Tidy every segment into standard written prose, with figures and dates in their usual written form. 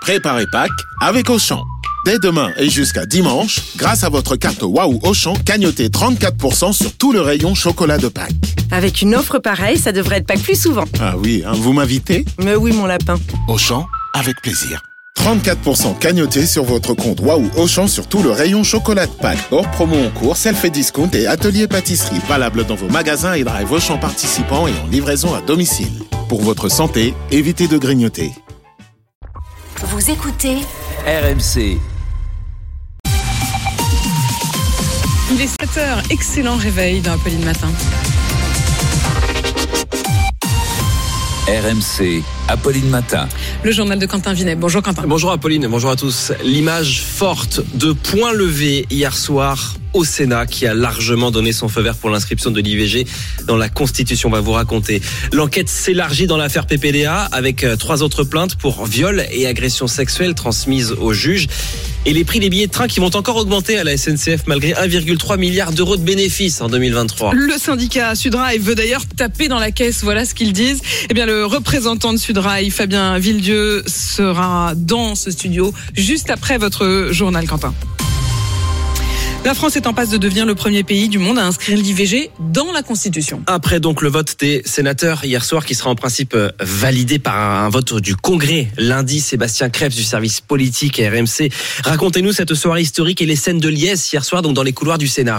Préparez Pâques avec Auchan. Dès demain et jusqu'à dimanche, grâce à votre carte Waouh Auchan, cagnotez 34% sur tout le rayon chocolat de Pâques. Avec une offre pareille, ça devrait être Pâques plus souvent. Ah oui, vous m'invitez ? Mais oui, mon lapin. Auchan, avec plaisir. 34% cagnotés sur votre compte Waouh Auchan sur tout le rayon chocolat de Pâques. Hors promo en cours, self et discount et atelier pâtisserie. Valable dans vos magasins et drive Auchan participants et en livraison à domicile. Pour votre santé, évitez de grignoter. Vous écoutez RMC. Il est 7h, excellent réveil dans Apolline Matin. RMC, Apolline Matin. Le journal de Quentin Vinet. Bonjour Quentin. Bonjour Apolline, bonjour à tous. L'image forte de point levé hier soir au Sénat qui a largement donné son feu vert pour l'inscription de l'IVG dans la Constitution. On va vous raconter. L'enquête s'élargit dans l'affaire PPDA avec 3 autres plaintes pour viol et agression sexuelle transmises au juge. Et les prix des billets de train qui vont encore augmenter à la SNCF malgré 1,3 milliard d'euros de bénéfices en 2023. Le syndicat Sudrail veut d'ailleurs taper dans la caisse. Voilà ce qu'ils disent. Eh bien, le représentant de Sudrail, Fabien Villedieu, sera dans ce studio juste après votre journal, Quentin. La France est en passe de devenir le premier pays du monde à inscrire l'IVG dans la Constitution. Après donc le vote des sénateurs hier soir qui sera en principe validé par un vote du Congrès lundi, Sébastien Krebs du service politique à RMC. Racontez-nous cette soirée historique et les scènes de liesse hier soir donc dans les couloirs du Sénat.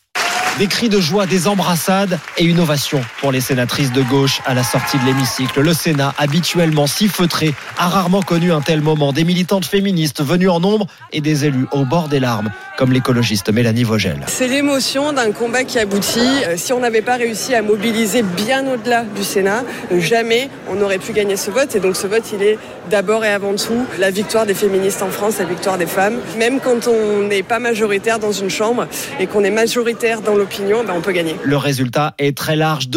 Des cris de joie, des embrassades et une ovation pour les sénatrices de gauche à la sortie de l'hémicycle. Le Sénat, habituellement si feutré, a rarement connu un tel moment. Des militantes féministes venues en nombre et des élus au bord des larmes, comme l'écologiste Mélanie Vogel. C'est l'émotion d'un combat qui aboutit. Si on n'avait pas réussi à mobiliser bien au-delà du Sénat, jamais on n'aurait pu gagner ce vote. Et donc ce vote, il est d'abord et avant tout la victoire des féministes en France, la victoire des femmes. Même quand on n'est pas majoritaire dans une chambre et qu'on est majoritaire dans l'opinion, on peut gagner. Le résultat est très large,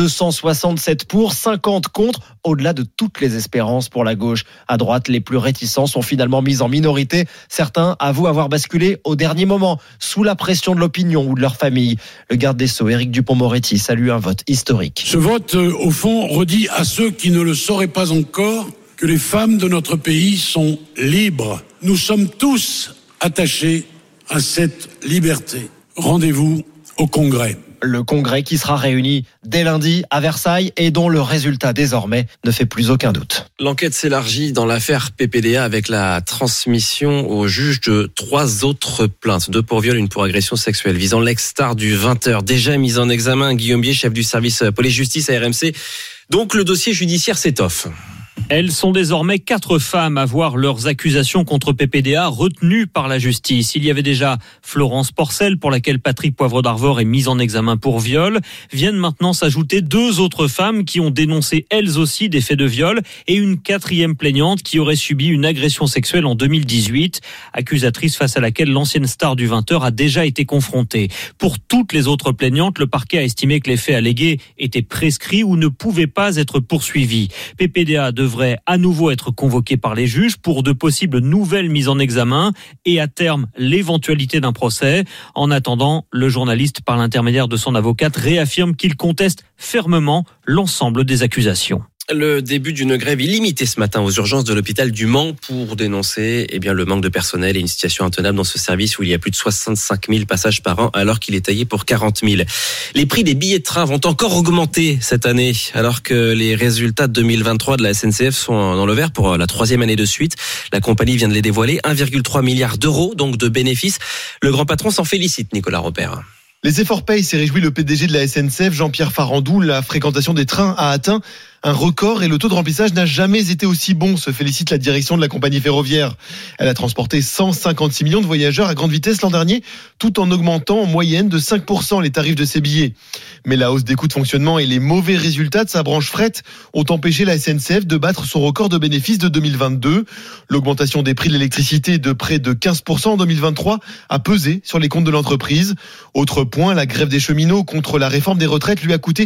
267 pour, 50 contre, au-delà de toutes les espérances pour la gauche. À droite, les plus réticents sont finalement mis en minorité. Certains avouent avoir basculé au dernier moment, sous la pression de l'opinion ou de leur famille. Le garde des Sceaux, Éric Dupond-Moretti, salue un vote historique. Ce vote, au fond, redit à ceux qui ne le sauraient pas encore que les femmes de notre pays sont libres. Nous sommes tous attachés à cette liberté. Rendez-vous au Congrès. Le Congrès qui sera réuni dès lundi à Versailles et dont le résultat désormais ne fait plus aucun doute. L'enquête s'élargit dans l'affaire PPDA avec la transmission au juge de 3 autres plaintes. 2 pour viol, 1 pour agression sexuelle visant l'ex-star du 20h. Déjà mise en examen, Guillaume Bier, chef du service police-justice à RMC. Donc le dossier judiciaire s'étoffe. Elles sont désormais 4 femmes à voir leurs accusations contre PPDA retenues par la justice. Il y avait déjà Florence Porcel, pour laquelle Patrick Poivre d'Arvor est mise en examen pour viol. Viennent maintenant s'ajouter 2 autres femmes qui ont dénoncé elles aussi des faits de viol et une 4e plaignante qui aurait subi une agression sexuelle en 2018. Accusatrice face à laquelle l'ancienne star du 20h a déjà été confrontée. Pour toutes les autres plaignantes, le parquet a estimé que les faits allégués étaient prescrits ou ne pouvaient pas être poursuivis. PPDA devrait à nouveau être convoqué par les juges pour de possibles nouvelles mises en examen et à terme l'éventualité d'un procès. En attendant, le journaliste, par l'intermédiaire de son avocate, réaffirme qu'il conteste fermement l'ensemble des accusations. Le début d'une grève illimitée ce matin aux urgences de l'hôpital du Mans pour dénoncer le manque de personnel et une situation intenable dans ce service où il y a plus de 65 000 passages par an alors qu'il est taillé pour 40 000. Les prix des billets de train vont encore augmenter cette année alors que les résultats de 2023 de la SNCF sont dans le vert pour la 3e année de suite. La compagnie vient de les dévoiler, 1,3 milliard d'euros donc de bénéfices. Le grand patron s'en félicite, Nicolas Robert. Les efforts payent, s'est réjoui le PDG de la SNCF, Jean-Pierre Farandou. La fréquentation des trains a atteint un record et le taux de remplissage n'a jamais été aussi bon, se félicite la direction de la compagnie ferroviaire. Elle a transporté 156 millions de voyageurs à grande vitesse l'an dernier, tout en augmentant en moyenne de 5% les tarifs de ses billets. Mais la hausse des coûts de fonctionnement et les mauvais résultats de sa branche fret ont empêché la SNCF de battre son record de bénéfices de 2022. L'augmentation des prix de l'électricité de près de 15% en 2023 a pesé sur les comptes de l'entreprise. Autre point, la grève des cheminots contre la réforme des retraites lui a coûté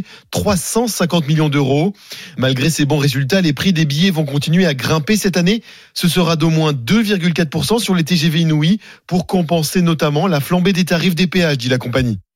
350 millions d'euros. Malgré ces bons résultats, les prix des billets vont continuer à grimper cette année. Ce sera d'au moins 2,4% sur les TGV Inouï pour compenser notamment la flambée des tarifs des péages, dit la compagnie.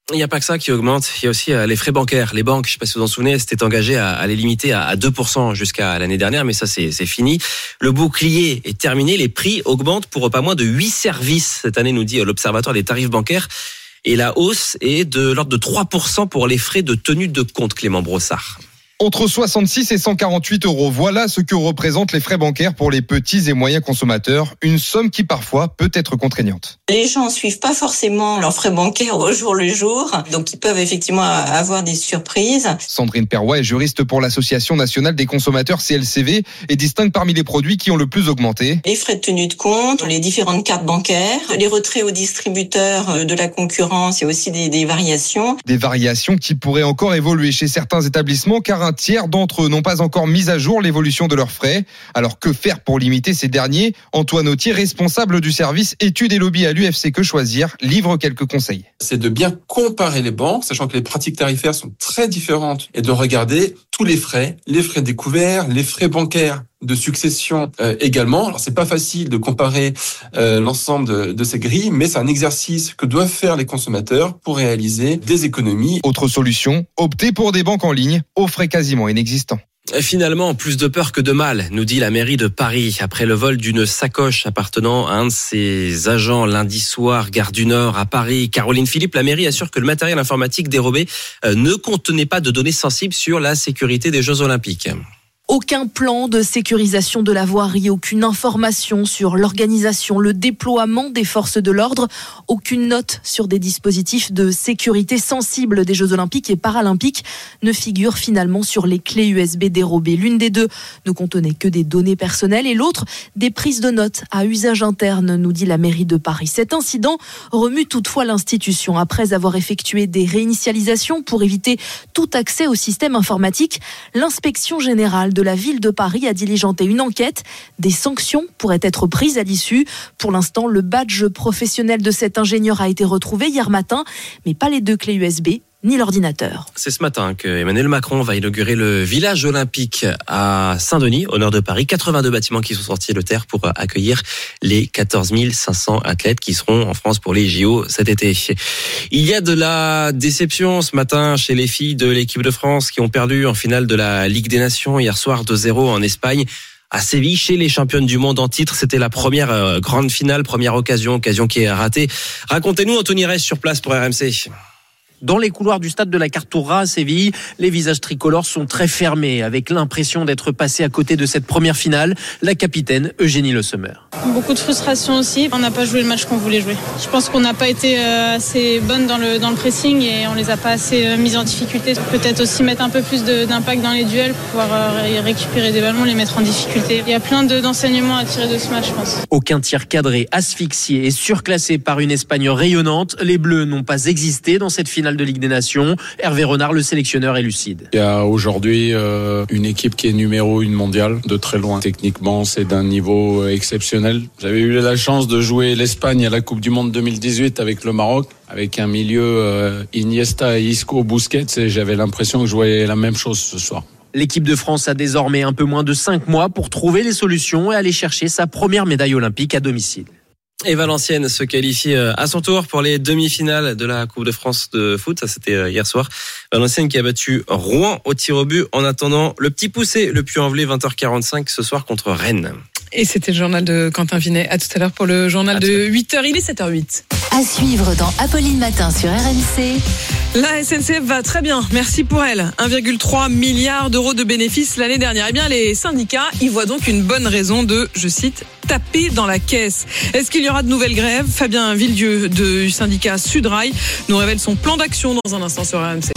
Il n'y a pas que ça qui augmente, il y a aussi les frais bancaires. Les banques, je ne sais pas si vous vous en souvenez, s'étaient engagées à les limiter à 2% jusqu'à l'année dernière, mais ça c'est fini. Le bouclier est terminé, les prix augmentent pour pas moins de 8 services cette année, nous dit l'Observatoire des tarifs bancaires. Et la hausse est de l'ordre de 3% pour les frais de tenue de compte, Clément Brossard. Entre 66 et 148 €. Voilà ce que représentent les frais bancaires pour les petits et moyens consommateurs. Une somme qui parfois peut être contraignante. Les gens suivent pas forcément leurs frais bancaires au jour le jour. Donc ils peuvent effectivement avoir des surprises. Sandrine Perrois est juriste pour l'Association nationale des consommateurs CLCV et distingue parmi les produits qui ont le plus augmenté Les frais de tenue de compte, les différentes cartes bancaires, les retraits aux distributeurs de la concurrence et aussi des variations. Des variations qui pourraient encore évoluer chez certains établissements car un tiers d'entre eux n'ont pas encore mis à jour l'évolution de leurs frais. Alors que faire pour limiter ces derniers ? Antoine Autier, responsable du service études et lobby à l'UFC Que Choisir, livre quelques conseils. C'est de bien comparer les banques, sachant que les pratiques tarifaires sont très différentes, et de regarder tous les frais découverts, les frais bancaires de succession également. Alors c'est pas facile de comparer l'ensemble de ces grilles, mais c'est un exercice que doivent faire les consommateurs pour réaliser des économies. Autre solution, opter pour des banques en ligne aux frais quasiment inexistants. Finalement, plus de peur que de mal, nous dit la mairie de Paris, après le vol d'une sacoche appartenant à un de ses agents lundi soir, gare du Nord à Paris. Caroline Philippe, la mairie assure que le matériel informatique dérobé ne contenait pas de données sensibles sur la sécurité des Jeux Olympiques. Aucun plan de sécurisation de la voirie, aucune information sur l'organisation, le déploiement des forces de l'ordre, aucune note sur des dispositifs de sécurité sensibles des Jeux Olympiques et Paralympiques ne figure finalement sur les clés USB dérobées. L'une des deux ne contenait que des données personnelles et l'autre des prises de notes à usage interne, nous dit la mairie de Paris. Cet incident remue toutefois l'institution. Après avoir effectué des réinitialisations pour éviter tout accès au système informatique, l'inspection générale de la ville de Paris a diligenté une enquête. Des sanctions pourraient être prises à l'issue. Pour l'instant, le badge professionnel de cet ingénieur a été retrouvé hier matin, mais pas les 2 clés USB ni l'ordinateur. C'est ce matin que Emmanuel Macron va inaugurer le village olympique à Saint-Denis, au nord de Paris. 82 bâtiments qui sont sortis de terre pour accueillir les 14 500 athlètes qui seront en France pour les JO cet été. Il y a de la déception ce matin chez les filles de l'équipe de France qui ont perdu en finale de la Ligue des Nations hier soir 2-0 en Espagne. À Séville, chez les championnes du monde en titre, c'était la première grande finale, première occasion qui est ratée. Racontez-nous, Anthony Reyes sur place pour RMC. Dans les couloirs du stade de la Cartoura à Séville, les visages tricolores sont très fermés, avec l'impression d'être passés à côté de cette première finale. La capitaine Eugénie Le Sommer. Beaucoup de frustration aussi. On n'a pas joué le match qu'on voulait jouer. Je pense qu'on n'a pas été assez bonnes dans le pressing et on les a pas assez mises en difficulté. Peut-être aussi mettre un peu plus d'impact dans les duels pour pouvoir récupérer des ballons, les mettre en difficulté. Il y a plein d'enseignements à tirer de ce match, je pense. Aucun tir cadré, asphyxié et surclassé par une Espagne rayonnante. Les Bleus n'ont pas existé dans cette finale de Ligue des Nations. Hervé Renard, le sélectionneur, est lucide. Il y a aujourd'hui une équipe qui est numéro 1 mondiale, de très loin. Techniquement, c'est d'un niveau exceptionnel. J'avais eu la chance de jouer l'Espagne à la Coupe du Monde 2018 avec le Maroc, avec un milieu Iniesta, Isco, Busquets, et j'avais l'impression que je voyais la même chose ce soir. L'équipe de France a désormais un peu moins de 5 mois pour trouver les solutions et aller chercher sa première médaille olympique à domicile. Et Valenciennes se qualifie à son tour pour les demi-finales de la Coupe de France de foot. Ça, c'était hier soir. Valenciennes qui a battu Rouen au tir au but en attendant le petit poussé, le Puy-en-Velay, 20h45 ce soir contre Rennes. Et c'était le journal de Quentin Vinet. À tout à l'heure pour le journal de 8h. Il est 7h08. À suivre dans Apolline Matin sur RMC. La SNCF va très bien, merci pour elle. 1,3 milliard d'euros de bénéfices l'année dernière. Eh bien, les syndicats y voient donc une bonne raison de, je cite, taper dans la caisse. Est-ce qu'il y aura de nouvelles grèves ? Fabien Villedieu du syndicat Sudrail nous révèle son plan d'action dans un instant sur RMC.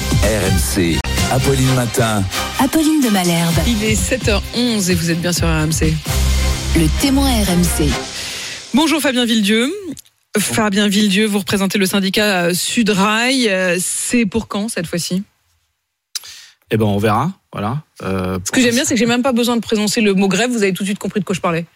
RMC, Apolline Matin. Apolline de Malherbe. Il est 7h11 et vous êtes bien sur RMC. Le témoin RMC. Bonjour Fabien Villedieu. Fabien Villedieu, vous représentez le syndicat Sudrail. C'est pour quand cette fois-ci ? Eh ben on verra, voilà. Ce que j'aime bien, c'est que j'ai même pas besoin de prononcer le mot grève. Vous avez tout de suite compris de quoi je parlais.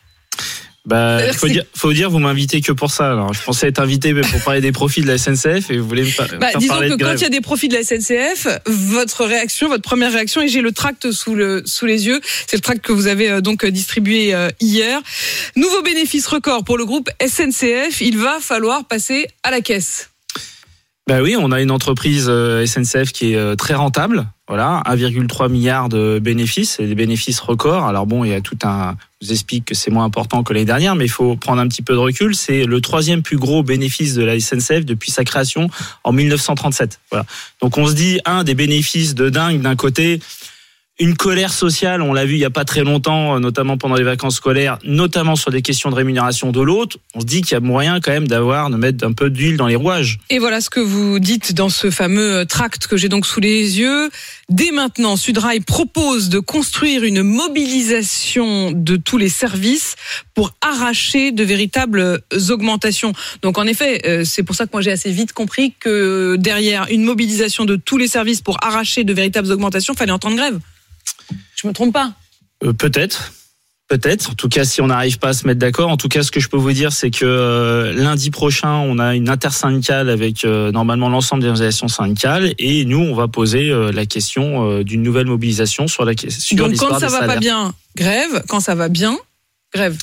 Faut dire, vous m'invitez que pour ça. Alors, je pensais être invité pour parler des profits de la SNCF et vous voulez me faire disons parler que de grève. quand il y a des profits de la SNCF, votre première réaction, et j'ai le tract sous les yeux, c'est le tract que vous avez donc distribué hier. Nouveau bénéfice record pour le groupe SNCF, il va falloir passer à la caisse. Ben oui, on a une entreprise SNCF qui est très rentable. Voilà, 1,3 milliard de bénéfices, et des bénéfices records. Alors bon, il y a je vous explique que c'est moins important que l'année dernière, mais il faut prendre un petit peu de recul. C'est le 3e plus gros bénéfice de la SNCF depuis sa création en 1937. Voilà. Donc on se dit, des bénéfices de dingue d'un côté, une colère sociale, on l'a vu il y a pas très longtemps, notamment pendant les vacances scolaires, notamment sur des questions de rémunération de l'autre. On se dit qu'il y a moyen quand même de mettre un peu d'huile dans les rouages. Et voilà ce que vous dites dans ce fameux tract que j'ai donc sous les yeux. Dès maintenant, Sudrail propose de construire une mobilisation de tous les services pour arracher de véritables augmentations. Donc en effet, c'est pour ça que moi j'ai assez vite compris que derrière une mobilisation de tous les services pour arracher de véritables augmentations, il fallait entendre grève. Je me trompe pas? Peut-être. En tout cas, si on n'arrive pas à se mettre d'accord, en tout cas, ce que je peux vous dire, c'est que lundi prochain, on a une intersyndicale avec normalement l'ensemble des organisations syndicales, et nous, on va poser la question d'une nouvelle mobilisation sur l'histoire des salaires. Donc quand ça va pas bien, grève. Quand ça va bien, grève.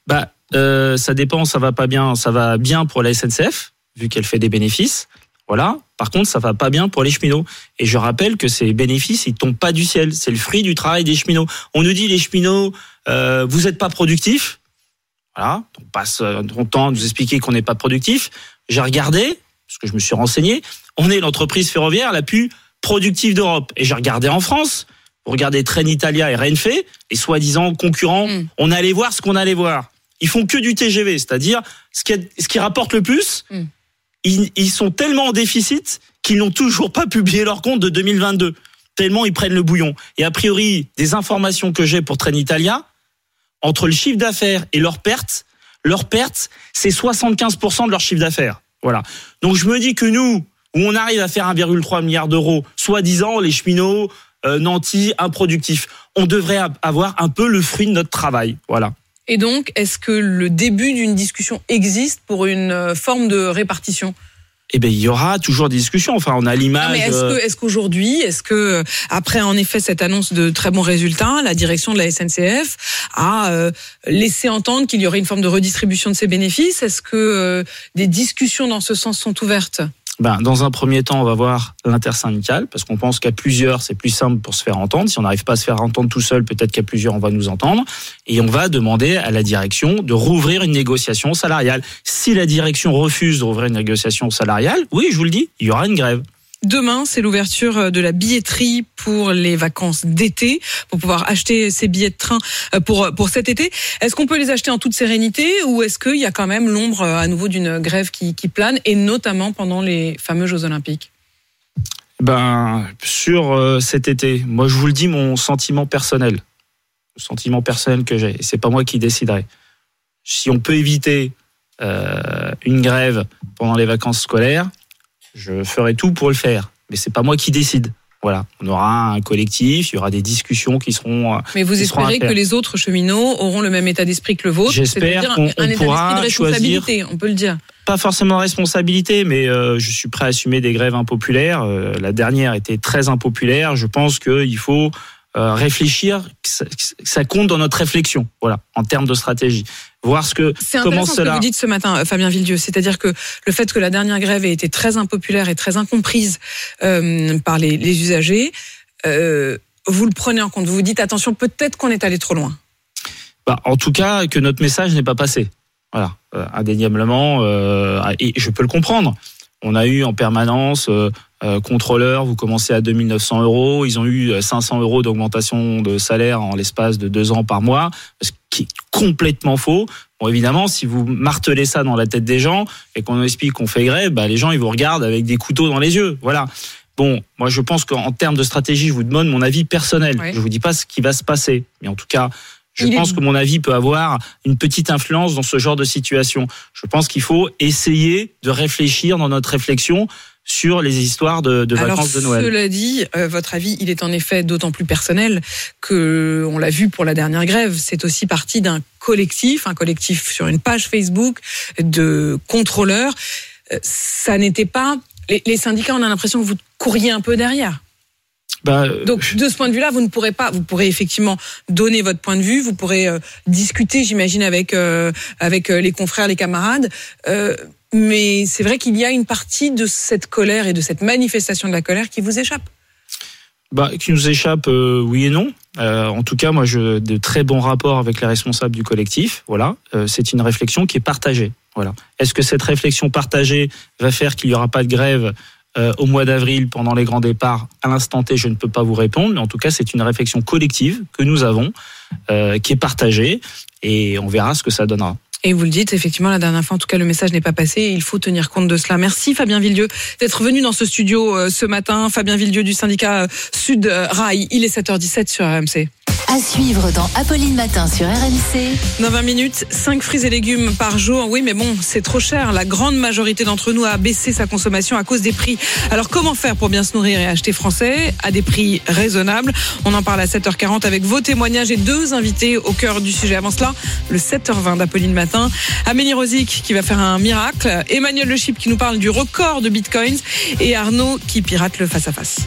Ça dépend. Ça va pas bien. Ça va bien pour la SNCF vu qu'elle fait des bénéfices. Voilà. Par contre, ça va pas bien pour les cheminots. Et je rappelle que ces bénéfices, ils tombent pas du ciel. C'est le fruit du travail des cheminots. On nous dit, les cheminots, vous êtes pas productifs. Voilà. On passe notre temps à nous expliquer qu'on n'est pas productif. J'ai regardé, parce que je me suis renseigné, on est l'entreprise ferroviaire la plus productive d'Europe. Et j'ai regardé en France. Vous regardez Trenitalia et Renfe, les soi-disant concurrents. On allait voir ce qu'on allait voir. Ils font que du TGV, c'est-à-dire ce qui rapporte le plus. Ils sont tellement en déficit qu'ils n'ont toujours pas publié leur compte de 2022. Tellement ils prennent le bouillon. Et a priori, des informations que j'ai pour Trenitalia, entre le chiffre d'affaires et leurs pertes, c'est 75% de leur chiffre d'affaires. Voilà. Donc je me dis que nous, où on arrive à faire 1,3 milliard d'euros, soi-disant les cheminots nantis, improductifs, on devrait avoir un peu le fruit de notre travail. Voilà. Et donc, est-ce que le début d'une discussion existe pour une forme de répartition ? Eh ben, il y aura toujours des discussions. Enfin, on a l'image. Non, mais est-ce qu'aujourd'hui, après en effet cette annonce de très bons résultats, la direction de la SNCF a laissé entendre qu'il y aurait une forme de redistribution de ces bénéfices ? Est-ce que des discussions dans ce sens sont ouvertes ? Dans un premier temps, on va voir l'intersyndicale, parce qu'on pense qu'à plusieurs, c'est plus simple pour se faire entendre. Si on n'arrive pas à se faire entendre tout seul, peut-être qu'à plusieurs, on va nous entendre. Et on va demander à la direction de rouvrir une négociation salariale. Si la direction refuse de rouvrir une négociation salariale, oui, je vous le dis, il y aura une grève. Demain, c'est l'ouverture de la billetterie pour les vacances d'été, pour pouvoir acheter ces billets de train pour cet été. Est-ce qu'on peut les acheter en toute sérénité, ou est-ce qu'il y a quand même l'ombre à nouveau d'une grève qui plane, et notamment pendant les fameux Jeux Olympiques ? Sur cet été, moi je vous le dis, mon sentiment personnel, le sentiment personnel que j'ai, et c'est pas moi qui déciderai. Si on peut éviter une grève pendant les vacances scolaires, je ferai tout pour le faire, mais c'est pas moi qui décide. Voilà, on aura un collectif, il y aura des discussions qui seront. Mais vous espérez que les autres cheminots auront le même état d'esprit que le vôtre ? J'espère qu'on pourra de responsabilité, on peut le dire. Pas forcément responsabilité, mais je suis prêt à assumer des grèves impopulaires. La dernière était très impopulaire. Je pense qu'il faut réfléchir, que ça compte dans notre réflexion, voilà, en termes de stratégie. Voir c'est intéressant ce que vous dites ce matin, Fabien Villedieu, c'est-à-dire que le fait que la dernière grève ait été très impopulaire et très incomprise par les usagers, vous le prenez en compte, vous vous dites attention, peut-être qu'on est allé trop loin. En tout cas, que notre message n'est pas passé. Voilà, indéniablement, et je peux le comprendre. On a eu en permanence contrôleurs, vous commencez à 2 900 €, ils ont eu 500 € d'augmentation de salaire en l'espace de 2 ans par mois, ce qui est complètement faux. Bon, évidemment, si vous martelez ça dans la tête des gens et qu'on explique qu'on fait grève, les gens ils vous regardent avec des couteaux dans les yeux. Voilà. Bon, moi je pense qu'en termes de stratégie, je vous demande mon avis personnel. Ouais. Je vous dis pas ce qui va se passer, mais en tout cas, je pense que mon avis peut avoir une petite influence dans ce genre de situation. Je pense qu'il faut essayer de réfléchir dans notre réflexion sur les histoires de vacances de Noël. Cela dit, votre avis, il est en effet d'autant plus personnel que, on l'a vu pour la dernière grève, c'est aussi parti d'un collectif, sur une page Facebook de contrôleurs. Ça n'était pas... Les syndicats, on a l'impression que vous couriez un peu derrière. Donc, de ce point de vue-là, vous pourrez effectivement donner votre point de vue, vous pourrez discuter, j'imagine, avec les confrères, les camarades. Mais c'est vrai qu'il y a une partie de cette colère et de cette manifestation de la colère qui vous échappe. Qui nous échappe, oui et non. En tout cas, moi, j'ai de très bons rapports avec les responsables du collectif. Voilà, c'est une réflexion qui est partagée. Voilà. Est-ce que cette réflexion partagée va faire qu'il n'y aura pas de grève au mois d'avril pendant les grands départs? À l'instant T, je ne peux pas vous répondre, mais en tout cas, c'est une réflexion collective que nous avons, qui est partagée, et on verra ce que ça donnera. Et vous le dites, effectivement, la dernière fois, en tout cas, le message n'est pas passé et il faut tenir compte de cela. Merci Fabien Villedieu d'être venu dans ce studio ce matin. Fabien Villedieu du syndicat Sud Rail. Il est 7h17 sur RMC. À suivre dans Apolline Matin sur RMC. Dans 20 minutes, 5 fruits et légumes par jour. Oui, mais bon, c'est trop cher. La grande majorité d'entre nous a baissé sa consommation à cause des prix. Alors, comment faire pour bien se nourrir et acheter français à des prix raisonnables? On en parle à 7h40 avec vos témoignages et 2 invités au cœur du sujet. Avant cela, le 7h20 d'Apolline Matin. Amélie Rosic qui va faire un miracle. Emmanuel Le Chip qui nous parle du record de bitcoins. Et Arnaud qui pirate le face-à-face.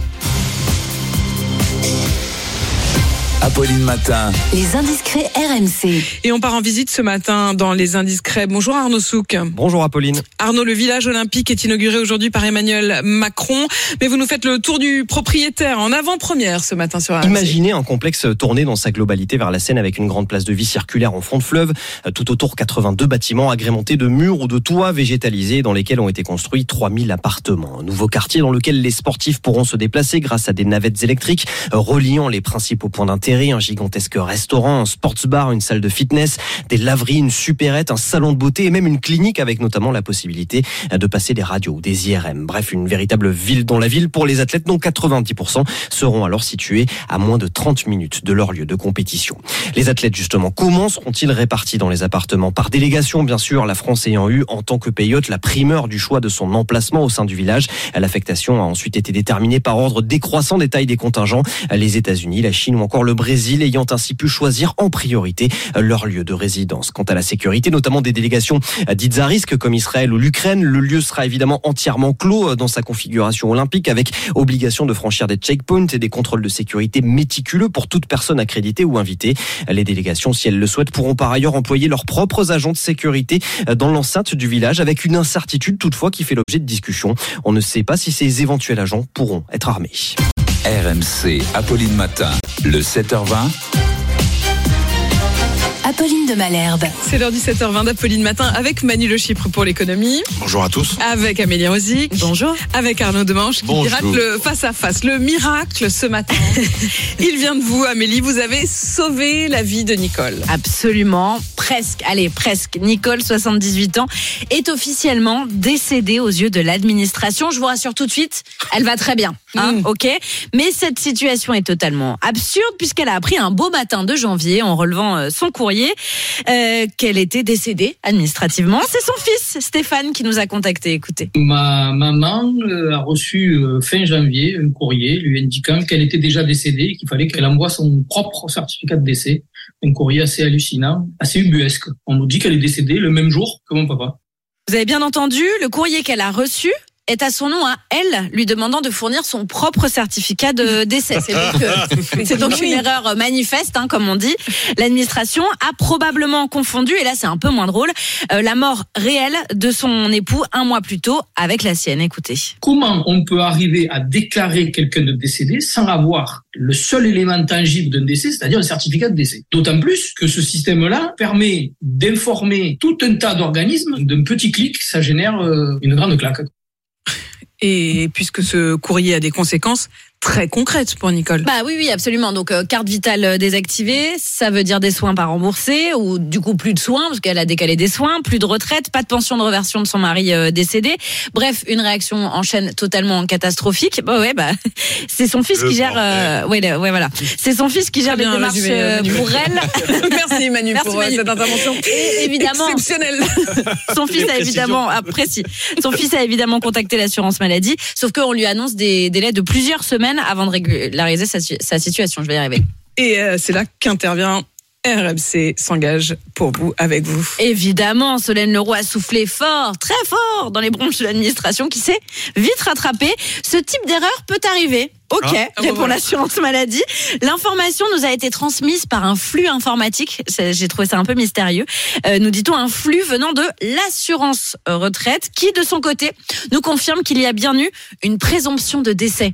Apolline Matin. Les indiscrets RMC. Et on part en visite ce matin dans les indiscrets. Bonjour Arnaud Souk. Bonjour Apolline. Arnaud, le village olympique est inauguré aujourd'hui par Emmanuel Macron. Mais vous nous faites le tour du propriétaire en avant-première ce matin sur RMC. Imaginez un complexe tourné dans sa globalité vers la Seine avec une grande place de vie circulaire en fond de fleuve. Tout autour, 82 bâtiments agrémentés de murs ou de toits végétalisés dans lesquels ont été construits 3000 appartements. Un nouveau quartier dans lequel les sportifs pourront se déplacer grâce à des navettes électriques reliant les principaux points d'intérêt. Un gigantesque restaurant, un sports bar, une salle de fitness, des laveries, une supérette, un salon de beauté et même une clinique avec notamment la possibilité de passer des radios ou des IRM. Bref, une véritable ville dans la ville pour les athlètes dont 90% seront alors situés à moins de 30 minutes de leur lieu de compétition. Les athlètes justement, comment seront-ils répartis dans les appartements? Par délégation bien sûr, la France ayant eu en tant que pays hôte la primeur du choix de son emplacement au sein du village. L'affectation a ensuite été déterminée par ordre décroissant des tailles des contingents. Les États-Unis, la Chine ou encore le Brésil ayant ainsi pu choisir en priorité leur lieu de résidence. Quant à la sécurité, notamment des délégations dites à risque comme Israël ou l'Ukraine, le lieu sera évidemment entièrement clos dans sa configuration olympique avec obligation de franchir des checkpoints et des contrôles de sécurité méticuleux pour toute personne accréditée ou invitée. Les délégations, si elles le souhaitent, pourront par ailleurs employer leurs propres agents de sécurité dans l'enceinte du village avec une incertitude toutefois qui fait l'objet de discussions. On ne sait pas si ces éventuels agents pourront être armés. RMC, Apolline Matin, le 7h20. Apolline de Malherbe. C'est l'heure du 7h20 d'Apolline Matin avec Manu Le Chypre pour l'économie. Bonjour à tous. Avec Amélie Rosic. Bonjour. Avec Arnaud Demanche qui pirate le face-à-face. Le miracle ce matin. Il vient de vous, Amélie. Vous avez sauvé la vie de Nicole. Absolument. Presque. Allez, presque. Nicole, 78 ans, est officiellement décédée aux yeux de l'administration. Je vous rassure tout de suite, elle va très bien. Ok. Mais cette situation est totalement absurde puisqu'elle a appris un beau matin de janvier en relevant son courrier qu'elle était décédée administrativement. C'est son fils, Stéphane, qui nous a contactés. Écoutez. Ma maman a reçu fin janvier un courrier lui indiquant qu'elle était déjà décédée et qu'il fallait qu'elle envoie son propre certificat de décès. Un courrier assez hallucinant, assez ubuesque. On nous dit qu'elle est décédée le même jour que mon papa. Vous avez bien entendu, le courrier qu'elle a reçu est à son nom à elle, lui demandant de fournir son propre certificat de décès. C'est donc une erreur manifeste, comme on dit. L'administration a probablement confondu, et là c'est un peu moins drôle, la mort réelle de son époux un mois plus tôt avec la sienne. Écoutez. Comment on peut arriver à déclarer quelqu'un de décédé sans avoir le seul élément tangible d'un décès, c'est-à-dire un certificat de décès? D'autant plus que ce système-là permet d'informer tout un tas d'organismes. D'un petit clic, ça génère une grande claque. Et puisque ce courrier a des conséquences très concrètes pour Nicole. Bah oui, absolument. Donc carte vitale désactivée, ça veut dire des soins pas remboursés ou du coup plus de soins parce qu'elle a décalé des soins, plus de retraite, pas de pension de reversion de son mari décédé. Bref, une réaction en chaîne totalement catastrophique. C'est son fils qui gère. Voilà. C'est son fils qui gère les démarches pour elle. Merci Manu pour cette intervention. Et évidemment, exceptionnelle. Son fils a évidemment précis. Son fils a évidemment contacté l'assurance maladie, sauf qu'on lui annonce des délais de plusieurs semaines avant de régulariser sa situation. Je vais y arriver. Et c'est là qu'intervient RMC s'engage pour vous, avec vous. Évidemment, Solène Leroux a soufflé fort, très fort, dans les bronches de l'administration qui s'est vite rattrapée. Ce type d'erreur peut arriver. OK, pour l'assurance maladie. L'information nous a été transmise par un flux informatique. J'ai trouvé ça un peu mystérieux. Nous dit-on un flux venant de l'assurance retraite qui, de son côté, nous confirme qu'il y a bien eu une présomption de décès.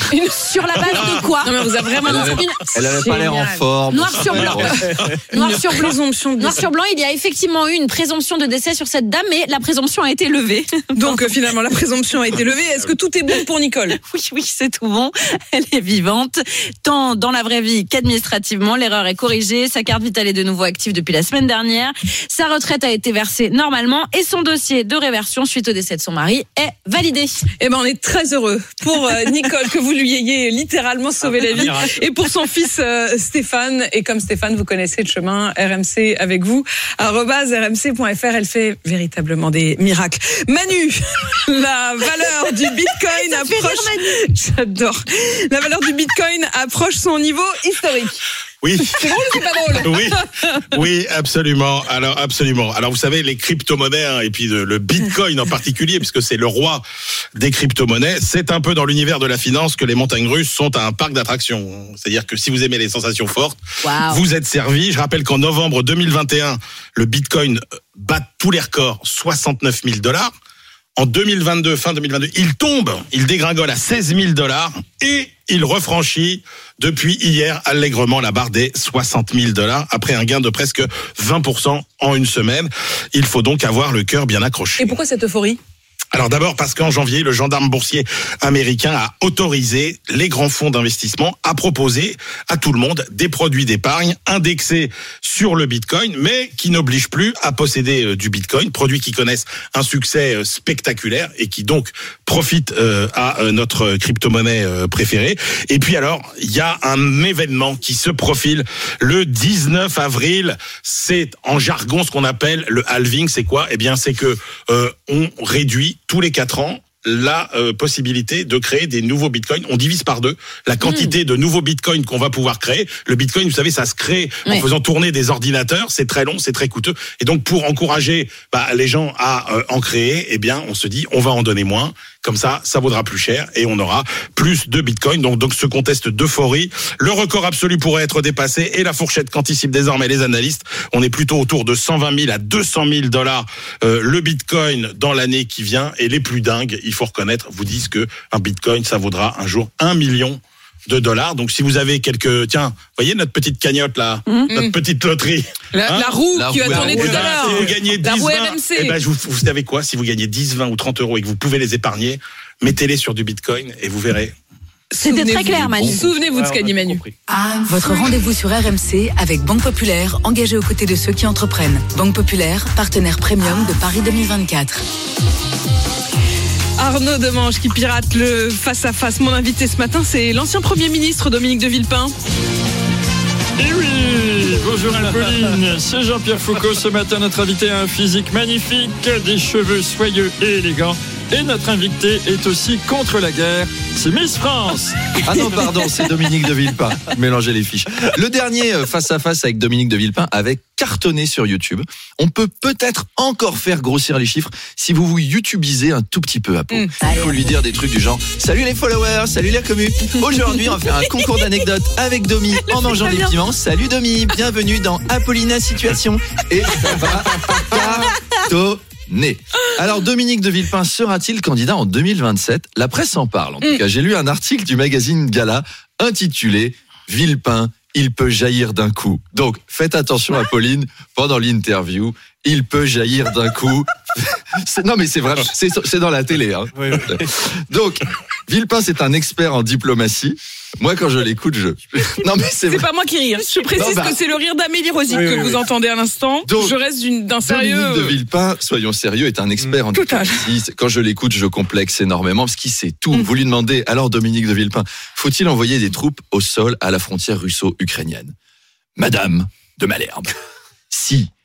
Sur la base de quoi? Non, mais vous avez vraiment Elle avait pas l'air en forme. Noir sur blanc. Noir sur blanc. Noir sur blanc, il y a effectivement eu une présomption de décès sur cette dame, mais la présomption a été levée. Donc finalement, la présomption a été levée. Est-ce que tout est bon pour Nicole? Oui, c'est tout bon. Elle est vivante, tant dans la vraie vie qu'administrativement. L'erreur est corrigée. Sa carte vitale est de nouveau active depuis la semaine dernière. Sa retraite a été versée normalement et son dossier de réversion suite au décès de son mari est validé. Eh ben, on est très heureux pour Nicole que vous lui ayez littéralement sauvé la vie. Et pour son fils Stéphane. Et comme Stéphane, vous connaissez le chemin RMC avec vous. @rmc.fr. Elle fait véritablement des miracles. Manu, la valeur du Bitcoin approche. J'adore. La valeur du Bitcoin approche son niveau historique. Oui. C'est drôle ou c'est pas drôle? Oui, absolument. Alors, vous savez, les crypto-monnaies, et puis le Bitcoin en particulier, puisque c'est le roi des crypto-monnaies, c'est un peu dans l'univers de la finance que les montagnes russes sont un parc d'attractions. C'est-à-dire que si vous aimez les sensations fortes, vous êtes servi. Je rappelle qu'en novembre 2021, le Bitcoin bat tous les records, $69,000. En 2022, fin 2022, il dégringole à $16,000 et il refranchit depuis hier allègrement la barre des $60,000 après un gain de presque 20% en une semaine. Il faut donc avoir le cœur bien accroché. Et pourquoi cette euphorie ? Alors d'abord parce qu'en janvier, le gendarme boursier américain a autorisé les grands fonds d'investissement à proposer à tout le monde des produits d'épargne indexés sur le Bitcoin, mais qui n'obligent plus à posséder du Bitcoin, produits qui connaissent un succès spectaculaire et qui donc profitent à notre crypto-monnaie préférée. Et puis alors, il y a un événement qui se profile le 19 avril. C'est en jargon ce qu'on appelle le halving. C'est quoi ? Eh bien, c'est que on réduit tous les 4 ans la possibilité de créer des nouveaux bitcoins. On divise par 2 la quantité de nouveaux bitcoins qu'on va pouvoir créer. Le bitcoin, vous savez, ça se crée en faisant tourner des ordinateurs. C'est très long, c'est très coûteux. Et donc, pour encourager les gens à en créer, eh bien, on se dit, on va en donner moins. Comme ça vaudra plus cher et on aura plus de bitcoin. Donc ce contest d'euphorie. Le record absolu pourrait être dépassé et la fourchette qu'anticipent désormais les analystes. On est plutôt autour de 120 000 à 200 000 $, le bitcoin dans l'année qui vient. Et les plus dingues, il faut reconnaître, vous disent que un bitcoin, ça vaudra un jour $1 million. Donc si vous avez quelques, voyez notre petite cagnotte là, notre petite loterie, la roue qui va tourner tout à l'heure. Si vous gagnez 10, 20, vous savez quoi, si vous gagnez 10, 20 ou 30 euros et que vous pouvez les épargner, mettez-les sur du Bitcoin et vous verrez. C'était très clair, Manu. Souvenez-vous de ce qu'a dit Manu. Votre rendez-vous sur RMC avec Banque Populaire, engagée aux côtés de ceux qui entreprennent. Banque Populaire, partenaire premium de Paris 2024. Arnaud Demange qui pirate le face-à-face. Mon invité ce matin, c'est l'ancien Premier ministre Dominique de Villepin. Et oui, bonjour Apolline, c'est Jean-Pierre Foucault. Ce matin, notre invité a un physique magnifique, des cheveux soyeux et élégants. Et notre invité est aussi contre la guerre, c'est Miss France. Ah non, pardon, c'est Dominique de Villepin. Mélangez les fiches. Le dernier face-à-face avec Dominique de Villepin avait cartonné sur YouTube. On peut peut-être encore faire grossir les chiffres si vous vous youtubisez un tout petit peu à peau. Il faut lui dire des trucs du genre « Salut les followers, salut les commus. Aujourd'hui, on va faire un concours d'anecdotes avec Domi en mangeant des piments. Salut Domi, bienvenue dans Apollina Situation. » Et ça va cartonner. Alors Dominique de Villepin sera-t-il candidat en 2027 ? La presse en parle. En tout cas, j'ai lu un article du magazine Gala intitulé « Villepin, il peut jaillir d'un coup ». Donc, faites attention à Pauline pendant l'interview. Il peut jaillir d'un coup. Non, mais c'est vrai, c'est dans la télé. Hein. Oui. Donc, Villepin, c'est un expert en diplomatie. Moi, quand je l'écoute, Non, mais c'est pas moi qui ris. Je précise que c'est le rire d'Amélie Rosic que vous entendez à l'instant. Donc, je reste d'un sérieux. Dominique de Villepin, soyons sérieux, est un expert en diplomatie. Quand je l'écoute, je complexe énormément parce qu'il sait tout. Vous lui demandez, alors Dominique de Villepin, faut-il envoyer des troupes au sol à la frontière russo-ukrainienne ? Madame de Malherbe, si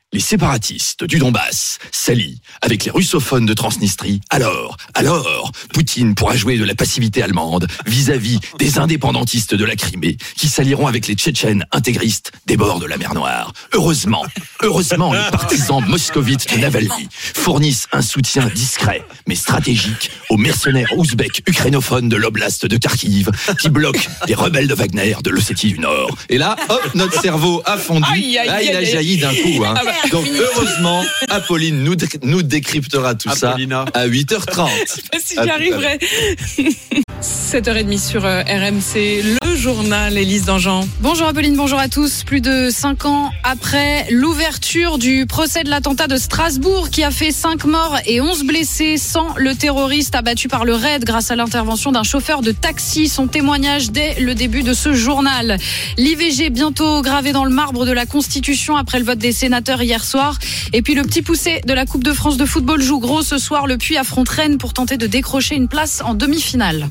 les séparatistes du Donbass s'allient avec les russophones de Transnistrie, alors, Poutine pourra jouer de la passivité allemande vis-à-vis des indépendantistes de la Crimée qui s'allieront avec les Tchétchènes intégristes des bords de la mer Noire. Heureusement, les partisans moscovites de Navalny fournissent un soutien discret mais stratégique aux mercenaires ouzbeks ukrainophones de l'oblast de Kharkiv qui bloquent les rebelles de Wagner de l'Ossétie du Nord. Et là, hop, notre cerveau a fondu. Il a jailli d'un coup. Hein. Donc heureusement, Apolline nous décryptera tout ça à 8h30. Si j'y arriverai. 7h30 sur RMC, le journal, Élise Dangean. Bonjour Apolline, bonjour à tous. Plus de 5 ans après l'ouverture du procès de l'attentat de Strasbourg qui a fait 5 morts et 11 blessés sans le terroriste abattu par le raid grâce à l'intervention d'un chauffeur de taxi. Son témoignage dès le début de ce journal. L'IVG bientôt gravé dans le marbre de la Constitution après le vote des sénateurs hier soir. Et puis le petit poussé de la Coupe de France de football joue gros ce soir. Le Puy affronte Rennes pour tenter de décrocher une place en demi-finale.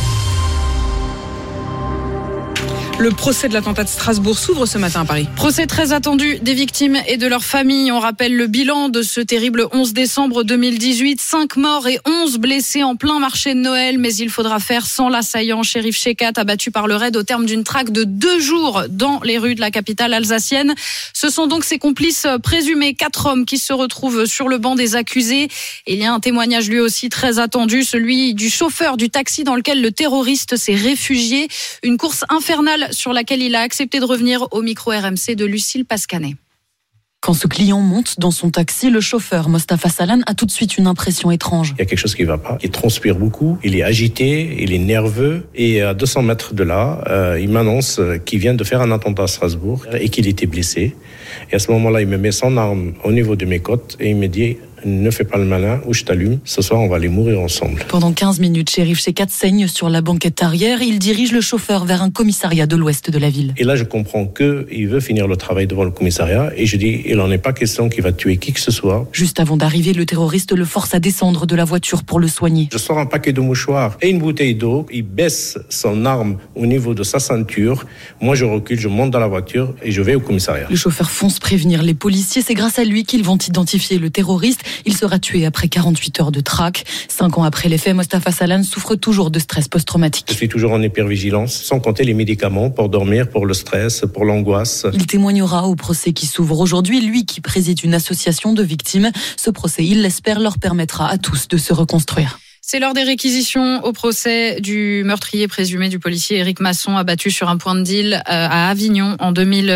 Le procès de l'attentat de Strasbourg s'ouvre ce matin à Paris. Procès très attendu des victimes et de leurs familles. On rappelle le bilan de ce terrible 11 décembre 2018. 5 morts et 11 blessés en plein marché de Noël. Mais il faudra faire sans l'assaillant Chérif Chekat, abattu par le raid au terme d'une traque de 2 jours dans les rues de la capitale alsacienne. Ce sont donc ses complices présumés, 4 hommes qui se retrouvent sur le banc des accusés. Et il y a un témoignage lui aussi très attendu, celui du chauffeur du taxi dans lequel le terroriste s'est réfugié. Une course infernale sur laquelle il a accepté de revenir au micro RMC de Lucille Pascanet. Quand ce client monte dans son taxi, le chauffeur Mostafa Salan a tout de suite une impression étrange. Il y a quelque chose qui ne va pas. Il transpire beaucoup, il est agité, il est nerveux. Et à 200 mètres de là, il m'annonce qu'il vient de faire un attentat à Strasbourg et qu'il était blessé. Et à ce moment-là, il me met son arme au niveau de mes côtes et il me dit « Ne fais pas le malin ou je t'allume. Ce soir, on va aller mourir ensemble. » Pendant 15 minutes, Chérif Chekat saigne sur la banquette arrière. Il dirige le chauffeur vers un commissariat de l'ouest de la ville. Et là, je comprends qu'il veut finir le travail devant le commissariat. Et je dis, il n'en est pas question qu'il va tuer qui que ce soit. Juste avant d'arriver, le terroriste le force à descendre de la voiture pour le soigner. Je sors un paquet de mouchoirs et une bouteille d'eau. Il baisse son arme au niveau de sa ceinture. Moi, je recule, je monte dans la voiture et je vais au commissariat. Le chauffeur fonce prévenir les policiers. C'est grâce à lui qu'ils vont identifier le terroriste. Il sera tué après 48 heures de traque. 5 ans après les faits, Mostafa Salan souffre toujours de stress post-traumatique. Je suis toujours en hypervigilance, sans compter les médicaments pour dormir, pour le stress, pour l'angoisse. Il témoignera au procès qui s'ouvre aujourd'hui. Lui qui préside une association de victimes. Ce procès, il l'espère, leur permettra à tous de se reconstruire. C'est lors des réquisitions au procès du meurtrier présumé du policier Éric Masson, abattu sur un point de deal à Avignon en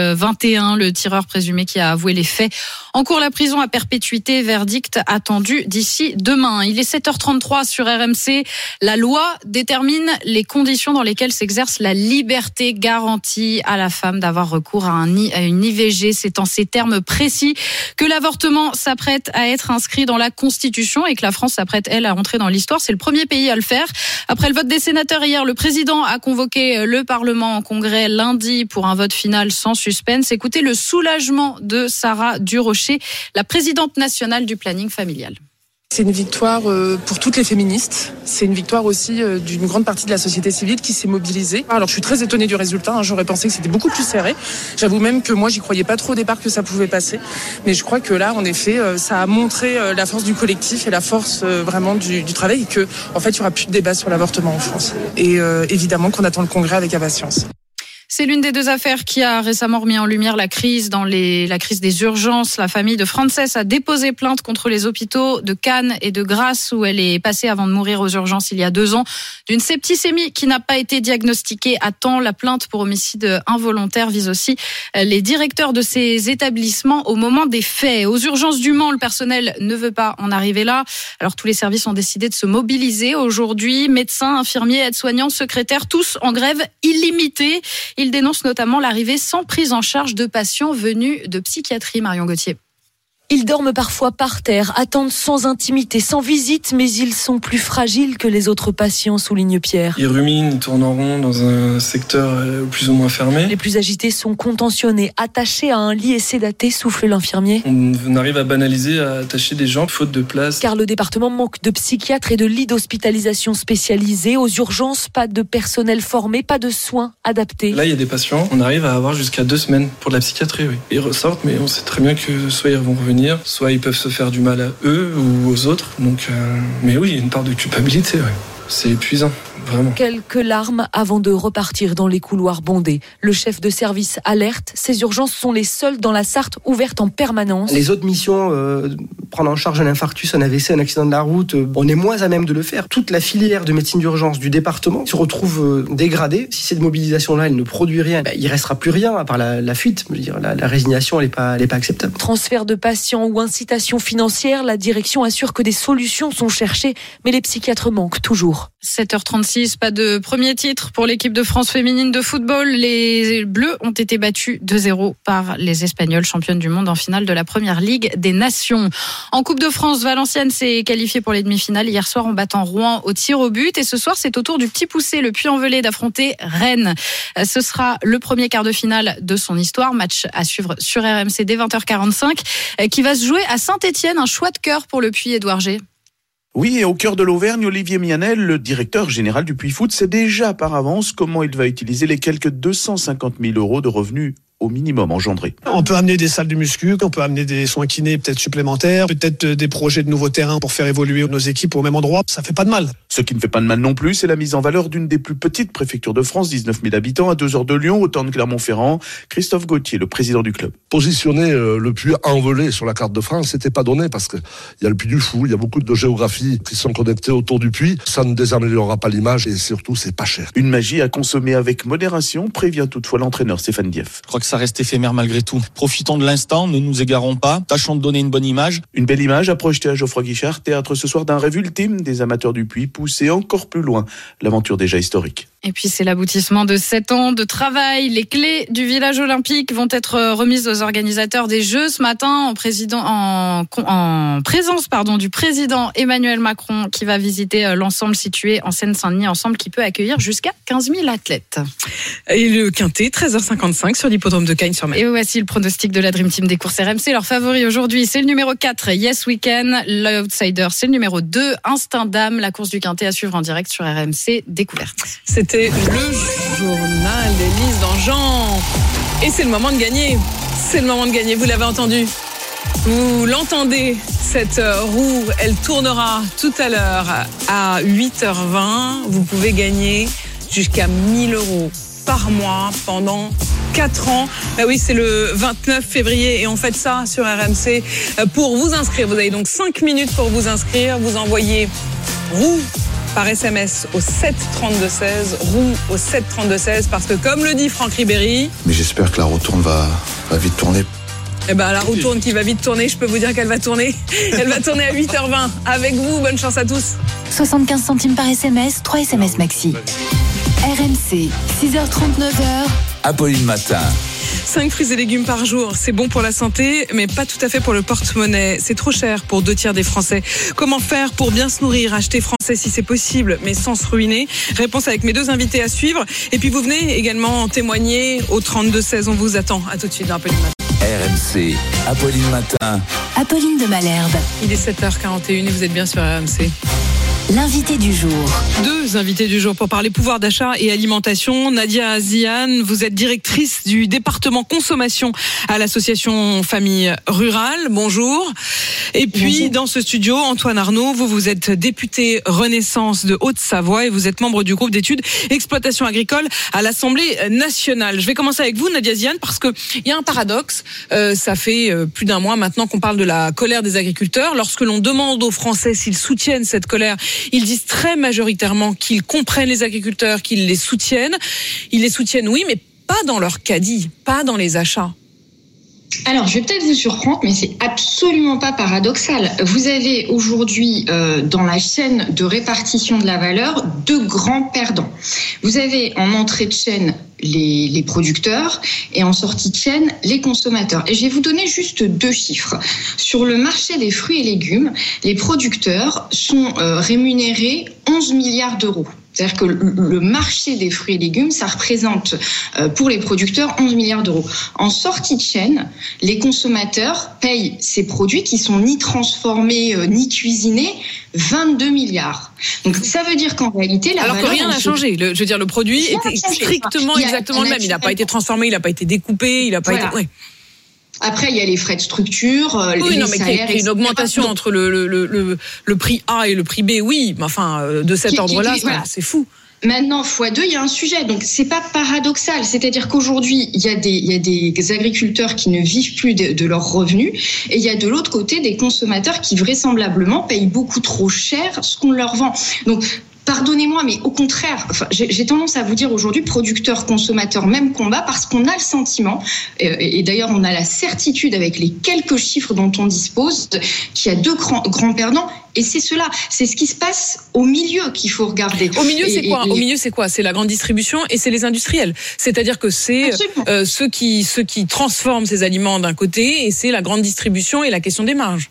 2021. Le tireur présumé qui a avoué les faits encourt la prison à perpétuité. Verdict attendu d'ici demain. Il est 7h33 sur RMC. La loi détermine les conditions dans lesquelles s'exerce la liberté garantie à la femme d'avoir recours à une IVG. C'est en ces termes précis que l'avortement s'apprête à être inscrit dans la Constitution et que la France s'apprête, elle, à entrer dans l'histoire. C'est le premier pays à le faire. Après le vote des sénateurs hier, le président a convoqué le Parlement en congrès lundi pour un vote final sans suspense. Écoutez le soulagement de Sarah Durocher, la présidente nationale du planning familial. C'est une victoire pour toutes les féministes. C'est une victoire aussi d'une grande partie de la société civile qui s'est mobilisée. Alors je suis très étonnée du résultat. J'aurais pensé que c'était beaucoup plus serré. J'avoue même que moi j'y croyais pas trop au départ que ça pouvait passer. Mais je crois que là en effet ça a montré la force du collectif et la force vraiment du travail et que en fait il y aura plus de débat sur l'avortement en France. Et évidemment qu'on attend le Congrès avec impatience. C'est l'une des 2 affaires qui a récemment remis en lumière la crise la crise des urgences. La famille de Frances a déposé plainte contre les hôpitaux de Cannes et de Grasse où elle est passée avant de mourir aux urgences il y a 2 ans d'une septicémie qui n'a pas été diagnostiquée à temps. La plainte pour homicide involontaire vise aussi les directeurs de ces établissements au moment des faits. Aux urgences du Mans, le personnel ne veut pas en arriver là. Alors tous les services ont décidé de se mobiliser aujourd'hui. Médecins, infirmiers, aides-soignants, secrétaires, tous en grève illimitée. Il dénonce notamment l'arrivée sans prise en charge de patients venus de psychiatrie. Marion Gauthier. Ils dorment parfois par terre, attendent sans intimité, sans visite, mais ils sont plus fragiles que les autres patients, souligne Pierre. Ils ruminent, ils tournent en rond dans un secteur plus ou moins fermé. Les plus agités sont contentionnés, attachés à un lit et sédatés, souffle l'infirmier. On arrive à banaliser, à attacher des gens, faute de place. Car le département manque de psychiatres et de lits d'hospitalisation spécialisés. Aux urgences, pas de personnel formé, pas de soins adaptés. Là, il y a des patients, on arrive à avoir jusqu'à 2 semaines pour de la psychiatrie, oui. Ils ressortent, mais on sait très bien que soit ils vont revenir, soit ils peuvent se faire du mal à eux ou aux autres. Donc, mais oui, il y a une part de culpabilité, ouais. C'est épuisant, vraiment. Quelques larmes avant de repartir dans les couloirs bondés. Le chef de service alerte, ces urgences sont les seules dans la Sarthe ouvertes en permanence. Les autres missions, prendre en charge un infarctus, un AVC, un accident de la route, on est moins à même de le faire. Toute la filière de médecine d'urgence du département se retrouve dégradée. Si cette mobilisation-là, elle ne produit rien, il restera plus rien à part la fuite. Je veux dire, la résignation, elle est pas acceptable. Transfert de patients ou incitation financière, la direction assure que des solutions sont cherchées, mais les psychiatres manquent toujours. 7h36, pas de premier titre pour l'équipe de France féminine de football. Les Bleus ont été battus 2-0 par les Espagnols, championnes du monde en finale de la Première Ligue des Nations. En Coupe de France, Valenciennes s'est qualifiée pour les demi-finales hier soir en battant Rouen au tir au but. Et ce soir, c'est au tour du Petit Poucet, le Puy-en-Velay, d'affronter Rennes. Ce sera le premier quart de finale de son histoire. Match à suivre sur RMC dès 20h45 qui va se jouer à Saint-Étienne. Un choix de cœur pour le Puy, Édouard G. Oui, et au cœur de l'Auvergne, Olivier Mianel, le directeur général du Puy Foot, sait déjà par avance comment il va utiliser les quelques 250 000 € de revenus au minimum engendré. On peut amener des salles de muscu, on peut amener des soins kinés peut-être supplémentaires, peut-être des projets de nouveaux terrains pour faire évoluer nos équipes au même endroit. Ça fait pas de mal. Ce qui ne fait pas de mal non plus, c'est la mise en valeur d'une des plus petites préfectures de France, 19 000 habitants, à 2 heures de Lyon, autant de Clermont-Ferrand. Christophe Gauthier, le président du club. Positionner le Puy-en-Velay sur la carte de France, c'était pas donné parce que il y a le Puy du Fou, il y a beaucoup de géographies qui sont connectées autour du Puy. Ça ne désaméliorera pas l'image et surtout, c'est pas cher. Une magie à consommer avec modération, prévient toutefois l'entraîneur Stéphane Dieff. Je crois que ça reste éphémère malgré tout. Profitons de l'instant, ne nous égarons pas, tâchons de donner une bonne image. Une belle image à projeter à Geoffroy Guichard, théâtre ce soir d'un rêve ultime des amateurs du Puy, poussé encore plus loin, l'aventure déjà historique. Et puis c'est l'aboutissement de 7 ans de travail. Les clés du village olympique vont être remises aux organisateurs des Jeux ce matin en présence du président Emmanuel Macron qui va visiter l'ensemble situé en Seine-Saint-Denis, ensemble qui peut accueillir jusqu'à 15 000 athlètes. Et le quintet, 13h55 sur l'hippodrome de Cagnes-sur-Mer. Et voici le pronostic de la Dream Team des courses RMC. Leur favori aujourd'hui, c'est le numéro 4, Yes Weekend. L'outsider, c'est le numéro 2, Instinct Dame. La course du quintet à suivre en direct sur RMC Découverte. C'était le journal d'Élise Dangean. Et c'est le moment de gagner. C'est le moment de gagner, vous l'avez entendu. Vous l'entendez, cette roue, elle tournera tout à l'heure à 8h20. Vous pouvez gagner jusqu'à 1 000 € par mois pendant 4 ans. Bah oui, c'est le 29 février et on fait ça sur RMC. Pour vous inscrire, vous avez donc 5 minutes pour vous inscrire. Vous envoyez roue par SMS au 7 32 16, roue au 7 32 16, parce que comme le dit Franck Ribéry... Mais j'espère que la roue tourne va vite tourner. Eh ben, la roue tourne qui va vite tourner, je peux vous dire qu'elle va tourner. Elle va tourner à 8h20. Avec vous, bonne chance à tous. 75 centimes par SMS, 3 SMS maxi. RMC, 6h39. Apolline Matin. 5 fruits et légumes par jour, c'est bon pour la santé, mais pas tout à fait pour le porte-monnaie. C'est trop cher pour 2 tiers des Français. Comment faire pour bien se nourrir, acheter français si c'est possible, mais sans se ruiner? Réponse avec mes 2 invités à suivre. Et puis vous venez également témoigner au 32 16. On vous attend. À tout de suite dans Apolline Matin. RMC, Apolline Matin. Apolline de Malherbe. Il est 7h41 et vous êtes bien sur RMC. L'invité du jour. 2 invités du jour pour parler pouvoir d'achat et alimentation. Nadia Ziane, vous êtes directrice du département consommation à l'association Famille Rurale. Bonjour. Et puis, dans ce studio, Antoine Arnaud, vous êtes député Renaissance de Haute-Savoie et vous êtes membre du groupe d'études exploitation agricole à l'Assemblée nationale. Je vais commencer avec vous, Nadia Ziane, parce que il y a un paradoxe. Ça fait plus d'1 mois maintenant qu'on parle de la colère des agriculteurs. Lorsque l'on demande aux Français s'ils soutiennent cette colère, ils disent très majoritairement qu'ils comprennent les agriculteurs, qu'ils les soutiennent. Ils les soutiennent, oui, mais pas dans leur caddie, pas dans les achats. Alors, je vais peut-être vous surprendre, mais c'est absolument pas paradoxal. Vous avez aujourd'hui, dans la chaîne de répartition de la valeur, 2 grands perdants. Vous avez en entrée de chaîne les producteurs et en sortie de chaîne les consommateurs. Et je vais vous donner juste 2 chiffres. Sur le marché des fruits et légumes, les producteurs sont rémunérés 11 milliards d'euros. C'est-à-dire que le marché des fruits et légumes, ça représente pour les producteurs 11 milliards d'euros. En sortie de chaîne, les consommateurs payent ces produits qui sont ni transformés ni cuisinés 22 milliards. Donc ça veut dire qu'en réalité, alors que rien n'a changé. Je veux dire, le produit était strictement exactement le même. Il n'a pas été transformé, il n'a pas été découpé, il n'a pas été. Ouais. Après, il y a les frais de structure, les salaires, une augmentation entre le prix A et le prix B, oui, mais enfin, de cet ordre-là, c'est fou. Maintenant, x2, il y a un sujet. Donc, c'est pas paradoxal. C'est-à-dire qu'aujourd'hui, il y a des agriculteurs qui ne vivent plus de leurs revenus. Et il y a de l'autre côté des consommateurs qui vraisemblablement payent beaucoup trop cher ce qu'on leur vend. Donc, pardonnez-moi, mais au contraire, j'ai tendance à vous dire aujourd'hui, producteurs, consommateurs, même combat, parce qu'on a le sentiment, et d'ailleurs on a la certitude avec les quelques chiffres dont on dispose, qu'il y a 2 grands perdants, et c'est cela, c'est ce qui se passe au milieu qu'il faut regarder. Au milieu, c'est quoi ? Au milieu, c'est quoi ? C'est la grande distribution et c'est les industriels. C'est-à-dire que c'est ceux qui transforment ces aliments d'un côté, et c'est la grande distribution et la question des marges.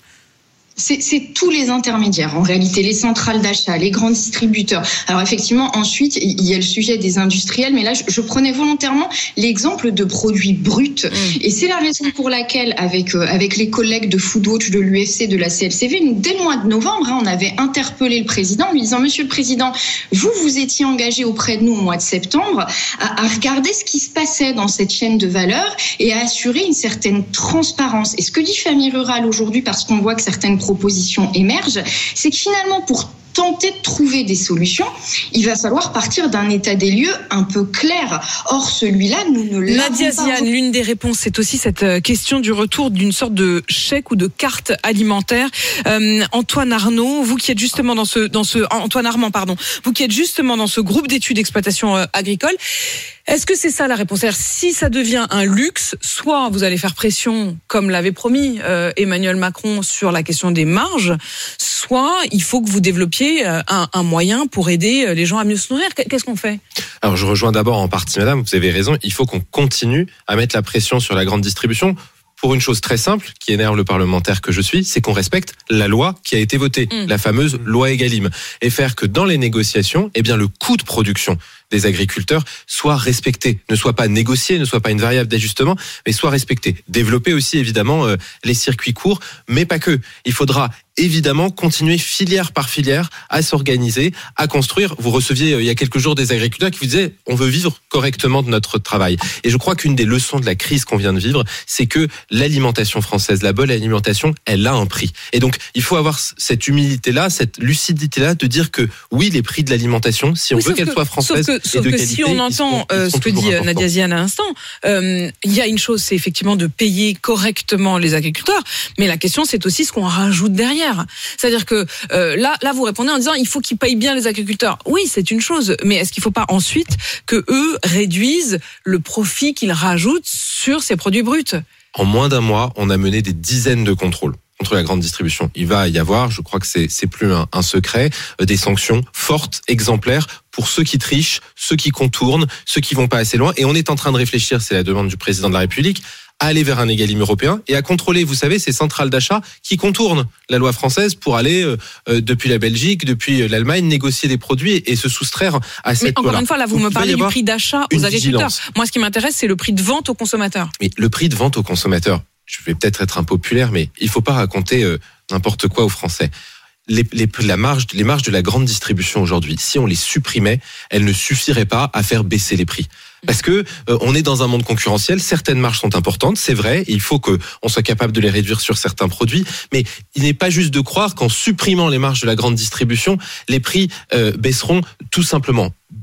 C'est tous les intermédiaires, en réalité, les centrales d'achat, les grands distributeurs. Alors effectivement, ensuite, il y a le sujet des industriels, mais là, je prenais volontairement l'exemple de produits bruts. Et c'est la raison pour laquelle, avec les collègues de Foodwatch, de l'UFC, de la CLCV, nous, dès le mois de novembre, on avait interpellé le président en lui disant « Monsieur le Président, vous étiez engagé auprès de nous au mois de septembre à regarder ce qui se passait dans cette chaîne de valeur et à assurer une certaine transparence. » Et ce que dit Famille Rurale aujourd'hui, parce qu'on voit que certaines propositions émergent, c'est que finalement, pour tenter de trouver des solutions, il va falloir partir d'un état des lieux un peu clair. Or, celui-là, nous ne l'avons pas. Nadia Ziane, l'une des réponses, c'est aussi cette question du retour d'une sorte de chèque ou de carte alimentaire. Antoine Arnaud, vous qui êtes justement Antoine Armand, pardon, vous qui êtes justement dans ce groupe d'études d'exploitation agricole, est-ce que c'est ça la réponse ? C'est-à-dire, si ça devient un luxe, soit vous allez faire pression, comme l'avait promis Emmanuel Macron, sur la question des marges, soit il faut que vous développiez un moyen pour aider les gens à mieux se nourrir. Qu'est-ce qu'on fait ? Alors, je rejoins d'abord en partie, madame, vous avez raison, il faut qu'on continue à mettre la pression sur la grande distribution. Pour une chose très simple, qui énerve le parlementaire que je suis, c'est qu'on respecte la loi qui a été votée, la fameuse loi Egalim, et faire que dans les négociations, le coût de production des agriculteurs soit respecté, ne soit pas négocié, ne soit pas une variable d'ajustement, mais soit respecté. Développer aussi évidemment les circuits courts, mais pas que. Il faudra évidemment continuer filière par filière à s'organiser, à construire. Vous receviez il y a quelques jours des agriculteurs qui vous disaient on veut vivre correctement de notre travail. Et je crois qu'une des leçons de la crise qu'on vient de vivre, c'est que l'alimentation française, la bonne alimentation, elle a un prix. Et donc il faut avoir cette humilité-là, cette lucidité-là de dire que oui, les prix de l'alimentation, si on veut qu'elle soit française, sauf que si on entend ce que dit Nadia Ziane à l'instant, il y a une chose, c'est effectivement de payer correctement les agriculteurs, mais la question c'est aussi ce qu'on rajoute derrière. C'est-à-dire que là vous répondez en disant il faut qu'ils payent bien les agriculteurs. Oui, c'est une chose, mais est-ce qu'il ne faut pas ensuite que eux réduisent le profit qu'ils rajoutent sur ces produits bruts ? En moins d'un mois, on a mené des dizaines de contrôles contre la grande distribution. Il va y avoir, je crois que c'est plus un secret, des sanctions fortes, exemplaires pour ceux qui trichent, ceux qui contournent, ceux qui vont pas assez loin. Et on est en train de réfléchir, c'est la demande du président de la République, à aller vers un Egalim européen et à contrôler, vous savez, ces centrales d'achat qui contournent la loi française pour aller depuis la Belgique, depuis l'Allemagne, négocier des produits et se soustraire à cette loi. Mais encore une fois, là, vous me parlez du prix d'achat aux agriculteurs. Moi, ce qui m'intéresse, c'est le prix de vente aux consommateurs. Mais le prix de vente aux consommateurs, je vais peut-être être impopulaire, mais il faut pas raconter n'importe quoi aux Français. Les marges de la grande distribution aujourd'hui, si on les supprimait, elles ne suffiraient pas à faire baisser les prix. Parce que on est dans un monde concurrentiel, certaines marges sont importantes, c'est vrai, et il faut que on soit capable de les réduire sur certains produits, mais il n'est pas juste de croire qu'en supprimant les marges de la grande distribution, les prix baisseront tout simplement.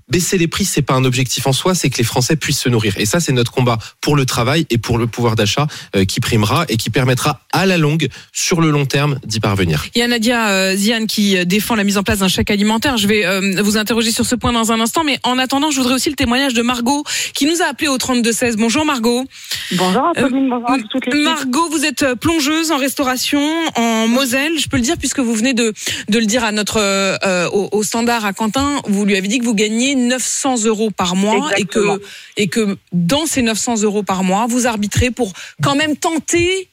baisser les prix, c'est pas un objectif en soi, c'est que les Français puissent se nourrir. Et ça, c'est notre combat pour le travail et pour le pouvoir d'achat qui primera et qui permettra à la longue, sur le long terme, d'y parvenir. Il y a Nadia Ziane qui défend la mise en place d'un chèque alimentaire. Je vais vous interroger sur ce point dans un instant, mais en attendant, je voudrais aussi le témoignage de Margot qui nous a appelé au 32-16. Bonjour Margot. Bonjour Apolline, bonjour à toutes les filles. Margot, vous êtes plongeuse en restauration en Moselle. Je peux le dire puisque vous venez de le dire à notre au standard à Quentin. Vous lui avez dit que vous gagnez 900 € par mois. Exactement. et que dans ces 900 € par mois, vous arbitrez pour quand même tenter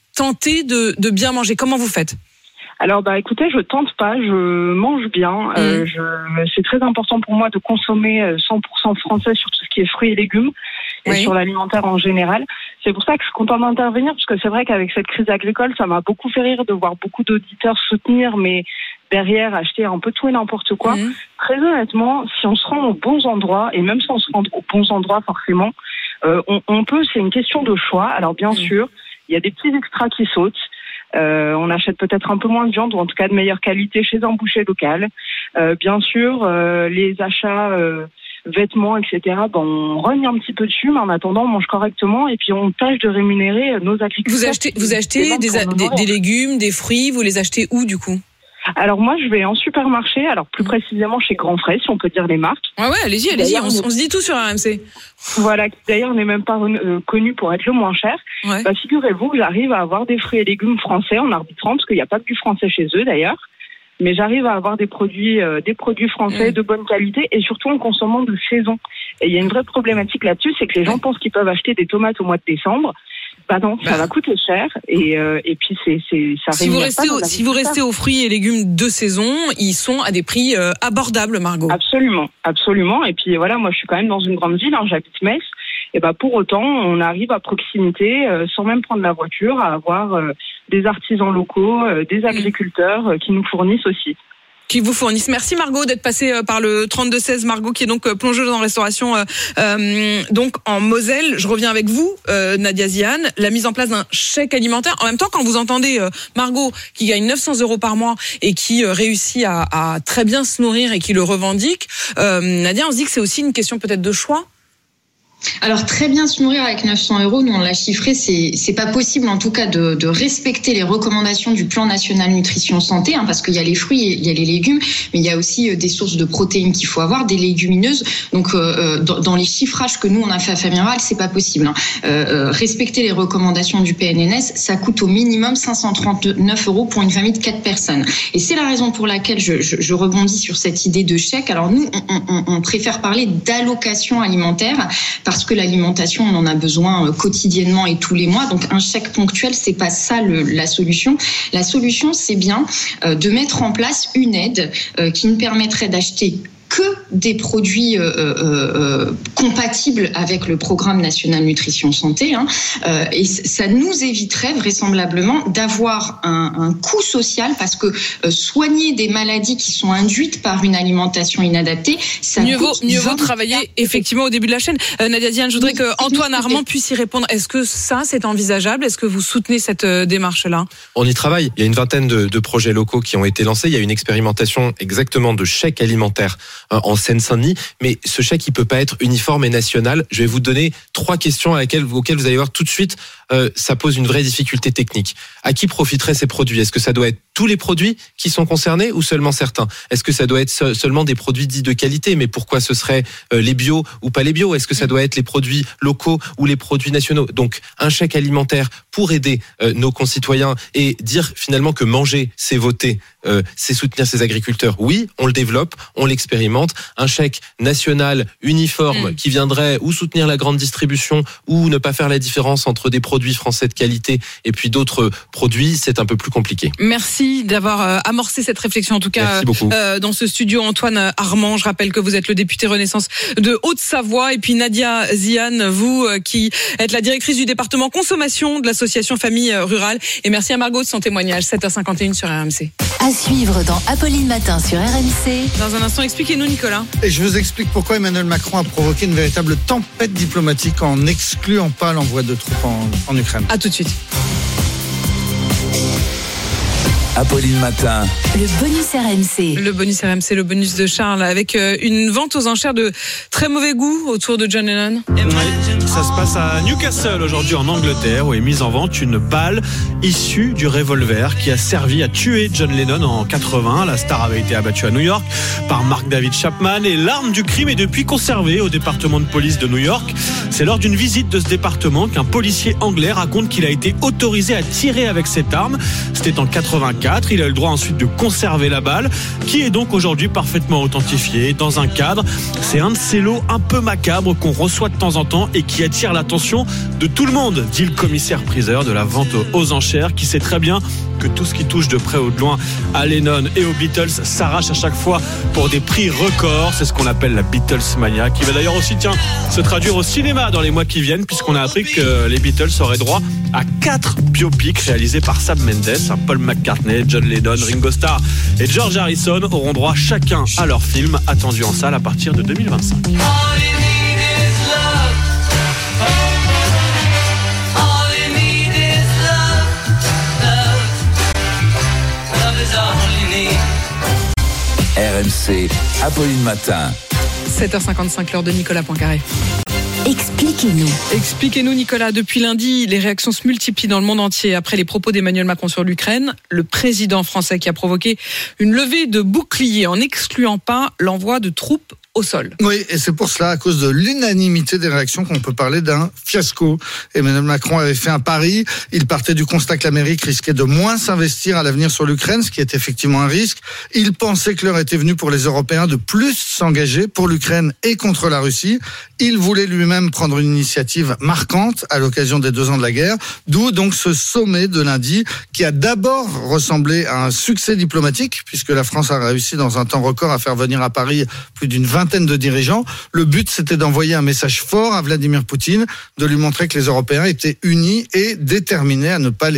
de bien manger. Comment vous faites ? Alors écoutez, je tente pas, je mange bien. C'est très important pour moi de consommer 100% français sur tout ce qui est fruits et légumes et sur l'alimentaire en général. C'est pour ça que je suis contente d'intervenir, parce que c'est vrai qu'avec cette crise agricole, ça m'a beaucoup fait rire de voir beaucoup d'auditeurs soutenir, mais derrière acheter un peu tout et n'importe quoi. Très honnêtement, si on se rend aux bons endroits, et même si on se rend aux bons endroits forcément, on peut, c'est une question de choix. Alors bien sûr, il y a des petits extras qui sautent. On achète peut-être un peu moins de viande, ou en tout cas de meilleure qualité chez un boucher local. Bien sûr, les achats vêtements, etc. On rogne un petit peu dessus, mais en attendant, on mange correctement et puis on tâche de rémunérer nos agriculteurs. Vous achetez des légumes, des fruits, vous les achetez où du coup ? Alors moi, je vais en supermarché, alors plus précisément chez Grand Frais, si on peut dire les marques. Ouais, allez-y, on se dit tout sur RMC. Voilà, d'ailleurs, on n'est même pas connu pour être le moins cher. Figurez-vous que j'arrive à avoir des fruits et légumes français en arbitrant, parce qu'il n'y a pas que du français chez eux d'ailleurs. Mais j'arrive à avoir des produits français de bonne qualité et surtout en consommant de saison. Et il y a une vraie problématique là-dessus, c'est que les gens pensent qu'ils peuvent acheter des tomates au mois de décembre. Non, ça va coûter cher et puis ça. Si vous restez aux fruits et légumes de saison, ils sont à des prix abordables, Margot. Absolument. Et puis voilà, moi je suis quand même dans une grande ville, j'habite Metz. Et pour autant, on arrive à proximité, sans même prendre la voiture, à avoir des artisans locaux, des agriculteurs qui nous fournissent aussi. Qui vous fournissent. Merci Margot d'être passée par le 32-16. Margot qui est donc plongeuse en restauration donc en Moselle. Je reviens avec vous, Nadia Ziane. La mise en place d'un chèque alimentaire. En même temps, quand vous entendez Margot qui gagne 900 € par mois et qui réussit à très bien se nourrir et qui le revendique, Nadia, on se dit que c'est aussi une question peut-être de choix. Alors très bien se nourrir avec 900 €, nous on l'a chiffré, c'est pas possible en tout cas de respecter les recommandations du plan national nutrition santé, parce qu'il y a les fruits, il y a les légumes, mais il y a aussi des sources de protéines qu'il faut avoir, des légumineuses. Donc dans les chiffrages que nous on a fait à Famille Rurale, c'est pas possible. Respecter les recommandations du PNNS, ça coûte au minimum 539 € pour une famille de 4 personnes. Et c'est la raison pour laquelle je rebondis sur cette idée de chèque. Alors nous on préfère parler d'allocation alimentaire, parce que l'alimentation, on en a besoin quotidiennement et tous les mois. Donc, un chèque ponctuel, c'est pas ça la solution. La solution, c'est bien de mettre en place une aide qui nous permettrait d'acheter que des produits compatibles avec le programme national nutrition santé, et ça nous éviterait vraisemblablement d'avoir un coût social, parce que soigner des maladies qui sont induites par une alimentation inadaptée, ça mieux vaut travailler effectivement au début de la chaîne. Nadia Ziane, je voudrais que Antoine Armand puisse y répondre. Est-ce que ça, c'est envisageable ? Est-ce que vous soutenez cette démarche-là ? On y travaille. Il y a une vingtaine de projets locaux qui ont été lancés. Il y a une expérimentation exactement de chèque alimentaire en Seine-Saint-Denis, mais ce chèque, il peut pas être uniforme et national. Je vais vous donner 3 questions auxquelles vous allez voir tout de suite, ça pose une vraie difficulté technique. À qui profiteraient ces produits ? Est-ce que ça doit être tous les produits qui sont concernés ou seulement certains ? Est-ce que ça doit être seulement des produits dits de qualité ? Mais pourquoi ce serait les bio ou pas les bio ? Est-ce que ça doit être les produits locaux ou les produits nationaux ? Donc, un chèque alimentaire pour aider nos concitoyens et dire finalement que manger, c'est voter, c'est soutenir ses agriculteurs. Oui, on le développe, on l'expérimente. Un chèque national uniforme qui viendrait ou soutenir la grande distribution ou ne pas faire la différence entre des produits français de qualité et puis d'autres produits, c'est un peu plus compliqué. Merci d'avoir amorcé cette réflexion, en tout cas dans ce studio. Antoine Armand, je rappelle que vous êtes le député Renaissance de Haute-Savoie, et puis Nadia Ziane, vous qui êtes la directrice du département consommation de l'association Famille Rurale. Et merci à Margot de son témoignage, 7h51 sur RMC. À suivre dans Apolline Matin sur RMC. Dans un instant, expliquez-nous Nicolas. Et je vous explique pourquoi Emmanuel Macron a provoqué une véritable tempête diplomatique en n'excluant pas l'envoi de troupes en Ukraine. À tout de suite. Apolline Matin. Le bonus RMC. Le bonus RMC, le bonus de Charles, avec une vente aux enchères de très mauvais goût autour de John Lennon. Oui, ça se passe à Newcastle aujourd'hui en Angleterre, où est mise en vente une balle issue du revolver qui a servi à tuer John Lennon en 80. La star avait été abattue à New York par Mark David Chapman et l'arme du crime est depuis conservée au département de police de New York. C'est lors d'une visite de ce département qu'un policier anglais raconte qu'il a été autorisé à tirer avec cette arme. C'était en 84. Il a eu le droit ensuite de conserver la balle, qui est donc aujourd'hui parfaitement authentifiée dans un cadre. C'est un de ces lots un peu macabres qu'on reçoit de temps en temps et qui attire l'attention de tout le monde, dit le commissaire-priseur de la vente aux enchères, qui sait très bien que tout ce qui touche de près ou de loin à Lennon et aux Beatles s'arrache à chaque fois pour des prix records. C'est ce qu'on appelle la Beatlesmania, qui va d'ailleurs aussi se traduire au cinéma dans les mois qui viennent, puisqu'on a appris que les Beatles auraient droit à 4 biopics réalisés par Sam Mendes. Paul McCartney, John Lennon, Ringo Starr et George Harrison auront droit chacun à leur film, attendu en salle à partir de 2025. RMC, Apolline Matin. 7h55, l'heure de Nicolas Poincaré. Expliquez-nous Nicolas, depuis lundi, les réactions se multiplient dans le monde entier après les propos d'Emmanuel Macron sur l'Ukraine, le président français qui a provoqué une levée de boucliers en n'excluant pas l'envoi de troupes au sol. Oui, et c'est pour cela, à cause de l'unanimité des réactions, qu'on peut parler d'un fiasco. Emmanuel Macron avait fait un pari. Il partait du constat que l'Amérique risquait de moins s'investir à l'avenir sur l'Ukraine, ce qui est effectivement un risque. Il pensait que l'heure était venue pour les Européens de plus s'engager pour l'Ukraine et contre la Russie. Il voulait lui-même prendre une initiative marquante à l'occasion des 2 ans de la guerre, d'où donc ce sommet de lundi qui a d'abord ressemblé à un succès diplomatique, puisque la France a réussi dans un temps record à faire venir à Paris plus d'une vingtaine de dirigeants. Le but, c'était d'envoyer un message fort à Vladimir Poutine, de lui montrer que les Européens étaient unis et déterminés à ne pas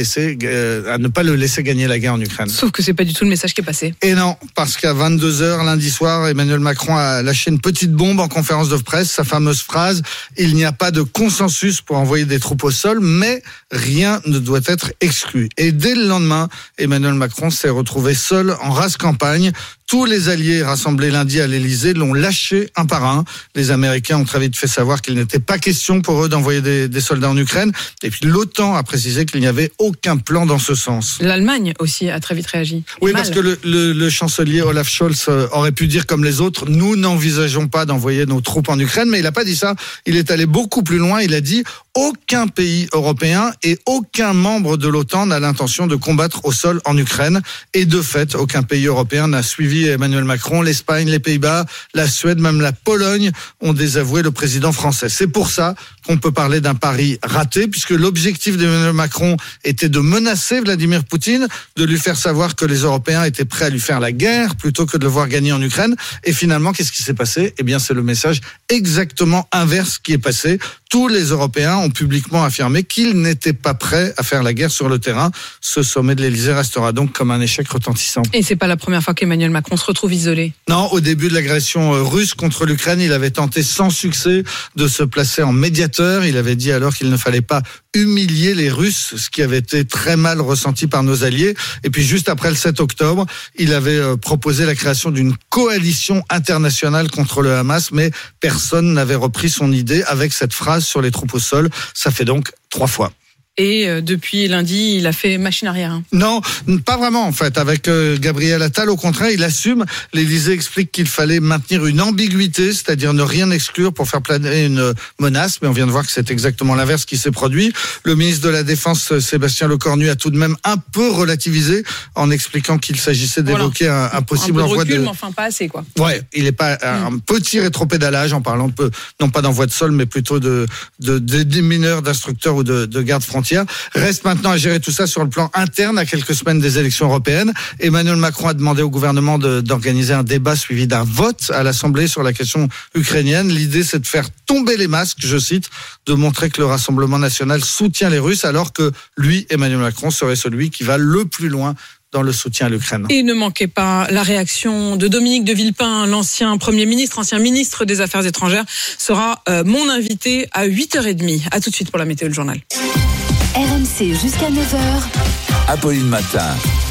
le laisser gagner la guerre en Ukraine. Sauf que c'est pas du tout le message qui est passé. Et non, parce qu'à 22h lundi soir, Emmanuel Macron a lâché une petite bombe en conférence de presse, sa fameuse phrase « Il n'y a pas de consensus pour envoyer des troupes au sol, mais rien ne doit être exclu ». Et dès le lendemain, Emmanuel Macron s'est retrouvé seul en rase campagne. Tous les alliés rassemblés lundi à l'Elysée l'ont lâché un par un. Les Américains ont très vite fait savoir qu'il n'était pas question pour eux d'envoyer des soldats en Ukraine. Et puis l'OTAN a précisé qu'il n'y avait aucun plan dans ce sens. L'Allemagne aussi a très vite réagi. Oui, parce que le chancelier Olaf Scholz aurait pu dire comme les autres, nous n'envisageons pas d'envoyer nos troupes en Ukraine, mais il n'a pas dit ça. Il est allé beaucoup plus loin. Il a dit aucun pays européen et aucun membre de l'OTAN n'a l'intention de combattre au sol en Ukraine. Et de fait, aucun pays européen n'a suivi Emmanuel Macron. L'Espagne, les Pays-Bas, la Suède, même la Pologne ont désavoué le président français. C'est pour ça qu'on peut parler d'un pari raté, puisque l'objectif d'Emmanuel Macron était de menacer Vladimir Poutine, de lui faire savoir que les Européens étaient prêts à lui faire la guerre plutôt que de le voir gagner en Ukraine. Et finalement, qu'est-ce qui s'est passé ? Eh bien, c'est le message exactement inverse qui est passé. Tous les Européens ont publiquement affirmé qu'ils n'étaient pas prêts à faire la guerre sur le terrain. Ce sommet de l'Elysée restera donc comme un échec retentissant. Et c'est pas la première fois qu'Emmanuel Macron se retrouve isolé. Non, au début de l'agression russe contre l'Ukraine, il avait tenté sans succès de se placer en médiateur. Il avait dit alors qu'il ne fallait pas humilier les Russes, ce qui avait été très mal ressenti par nos alliés. Et puis juste après le 7 octobre, il avait proposé la création d'une coalition internationale contre le Hamas, mais personne n'avait repris son idée avec cette phrase sur les troupes au sol. Ça fait donc 3 fois. Et depuis lundi, il a fait machine arrière. Non, pas vraiment en fait. Avec Gabriel Attal, au contraire, il assume. L'Élysée explique qu'il fallait maintenir une ambiguïté, c'est-à-dire ne rien exclure pour faire planer une menace. Mais on vient de voir que c'est exactement l'inverse qui s'est produit. Le ministre de la Défense, Sébastien Lecornu, a tout de même un peu relativisé en expliquant qu'il s'agissait d'évoquer un possible envoi de... Un peu de recul, mais enfin pas assez, quoi. Ouais, il n'est pas un petit rétropédalage en parlant non pas d'envoi de sol, mais plutôt de démineurs, d'instructeurs ou de gardes frontières. Reste maintenant à gérer tout ça sur le plan interne à quelques semaines des élections européennes. Emmanuel Macron a demandé au gouvernement d'organiser un débat suivi d'un vote à l'Assemblée sur la question ukrainienne. L'idée, c'est de faire tomber les masques, je cite, de montrer que le Rassemblement national soutient les Russes, alors que lui, Emmanuel Macron, serait celui qui va le plus loin dans le soutien à l'Ukraine. Et ne manquez pas la réaction de Dominique de Villepin, l'ancien Premier ministre, ancien ministre des Affaires étrangères, sera mon invité à 8h30. À tout de suite pour la météo, le journal. RMC jusqu'à 9h. Apolline Matin.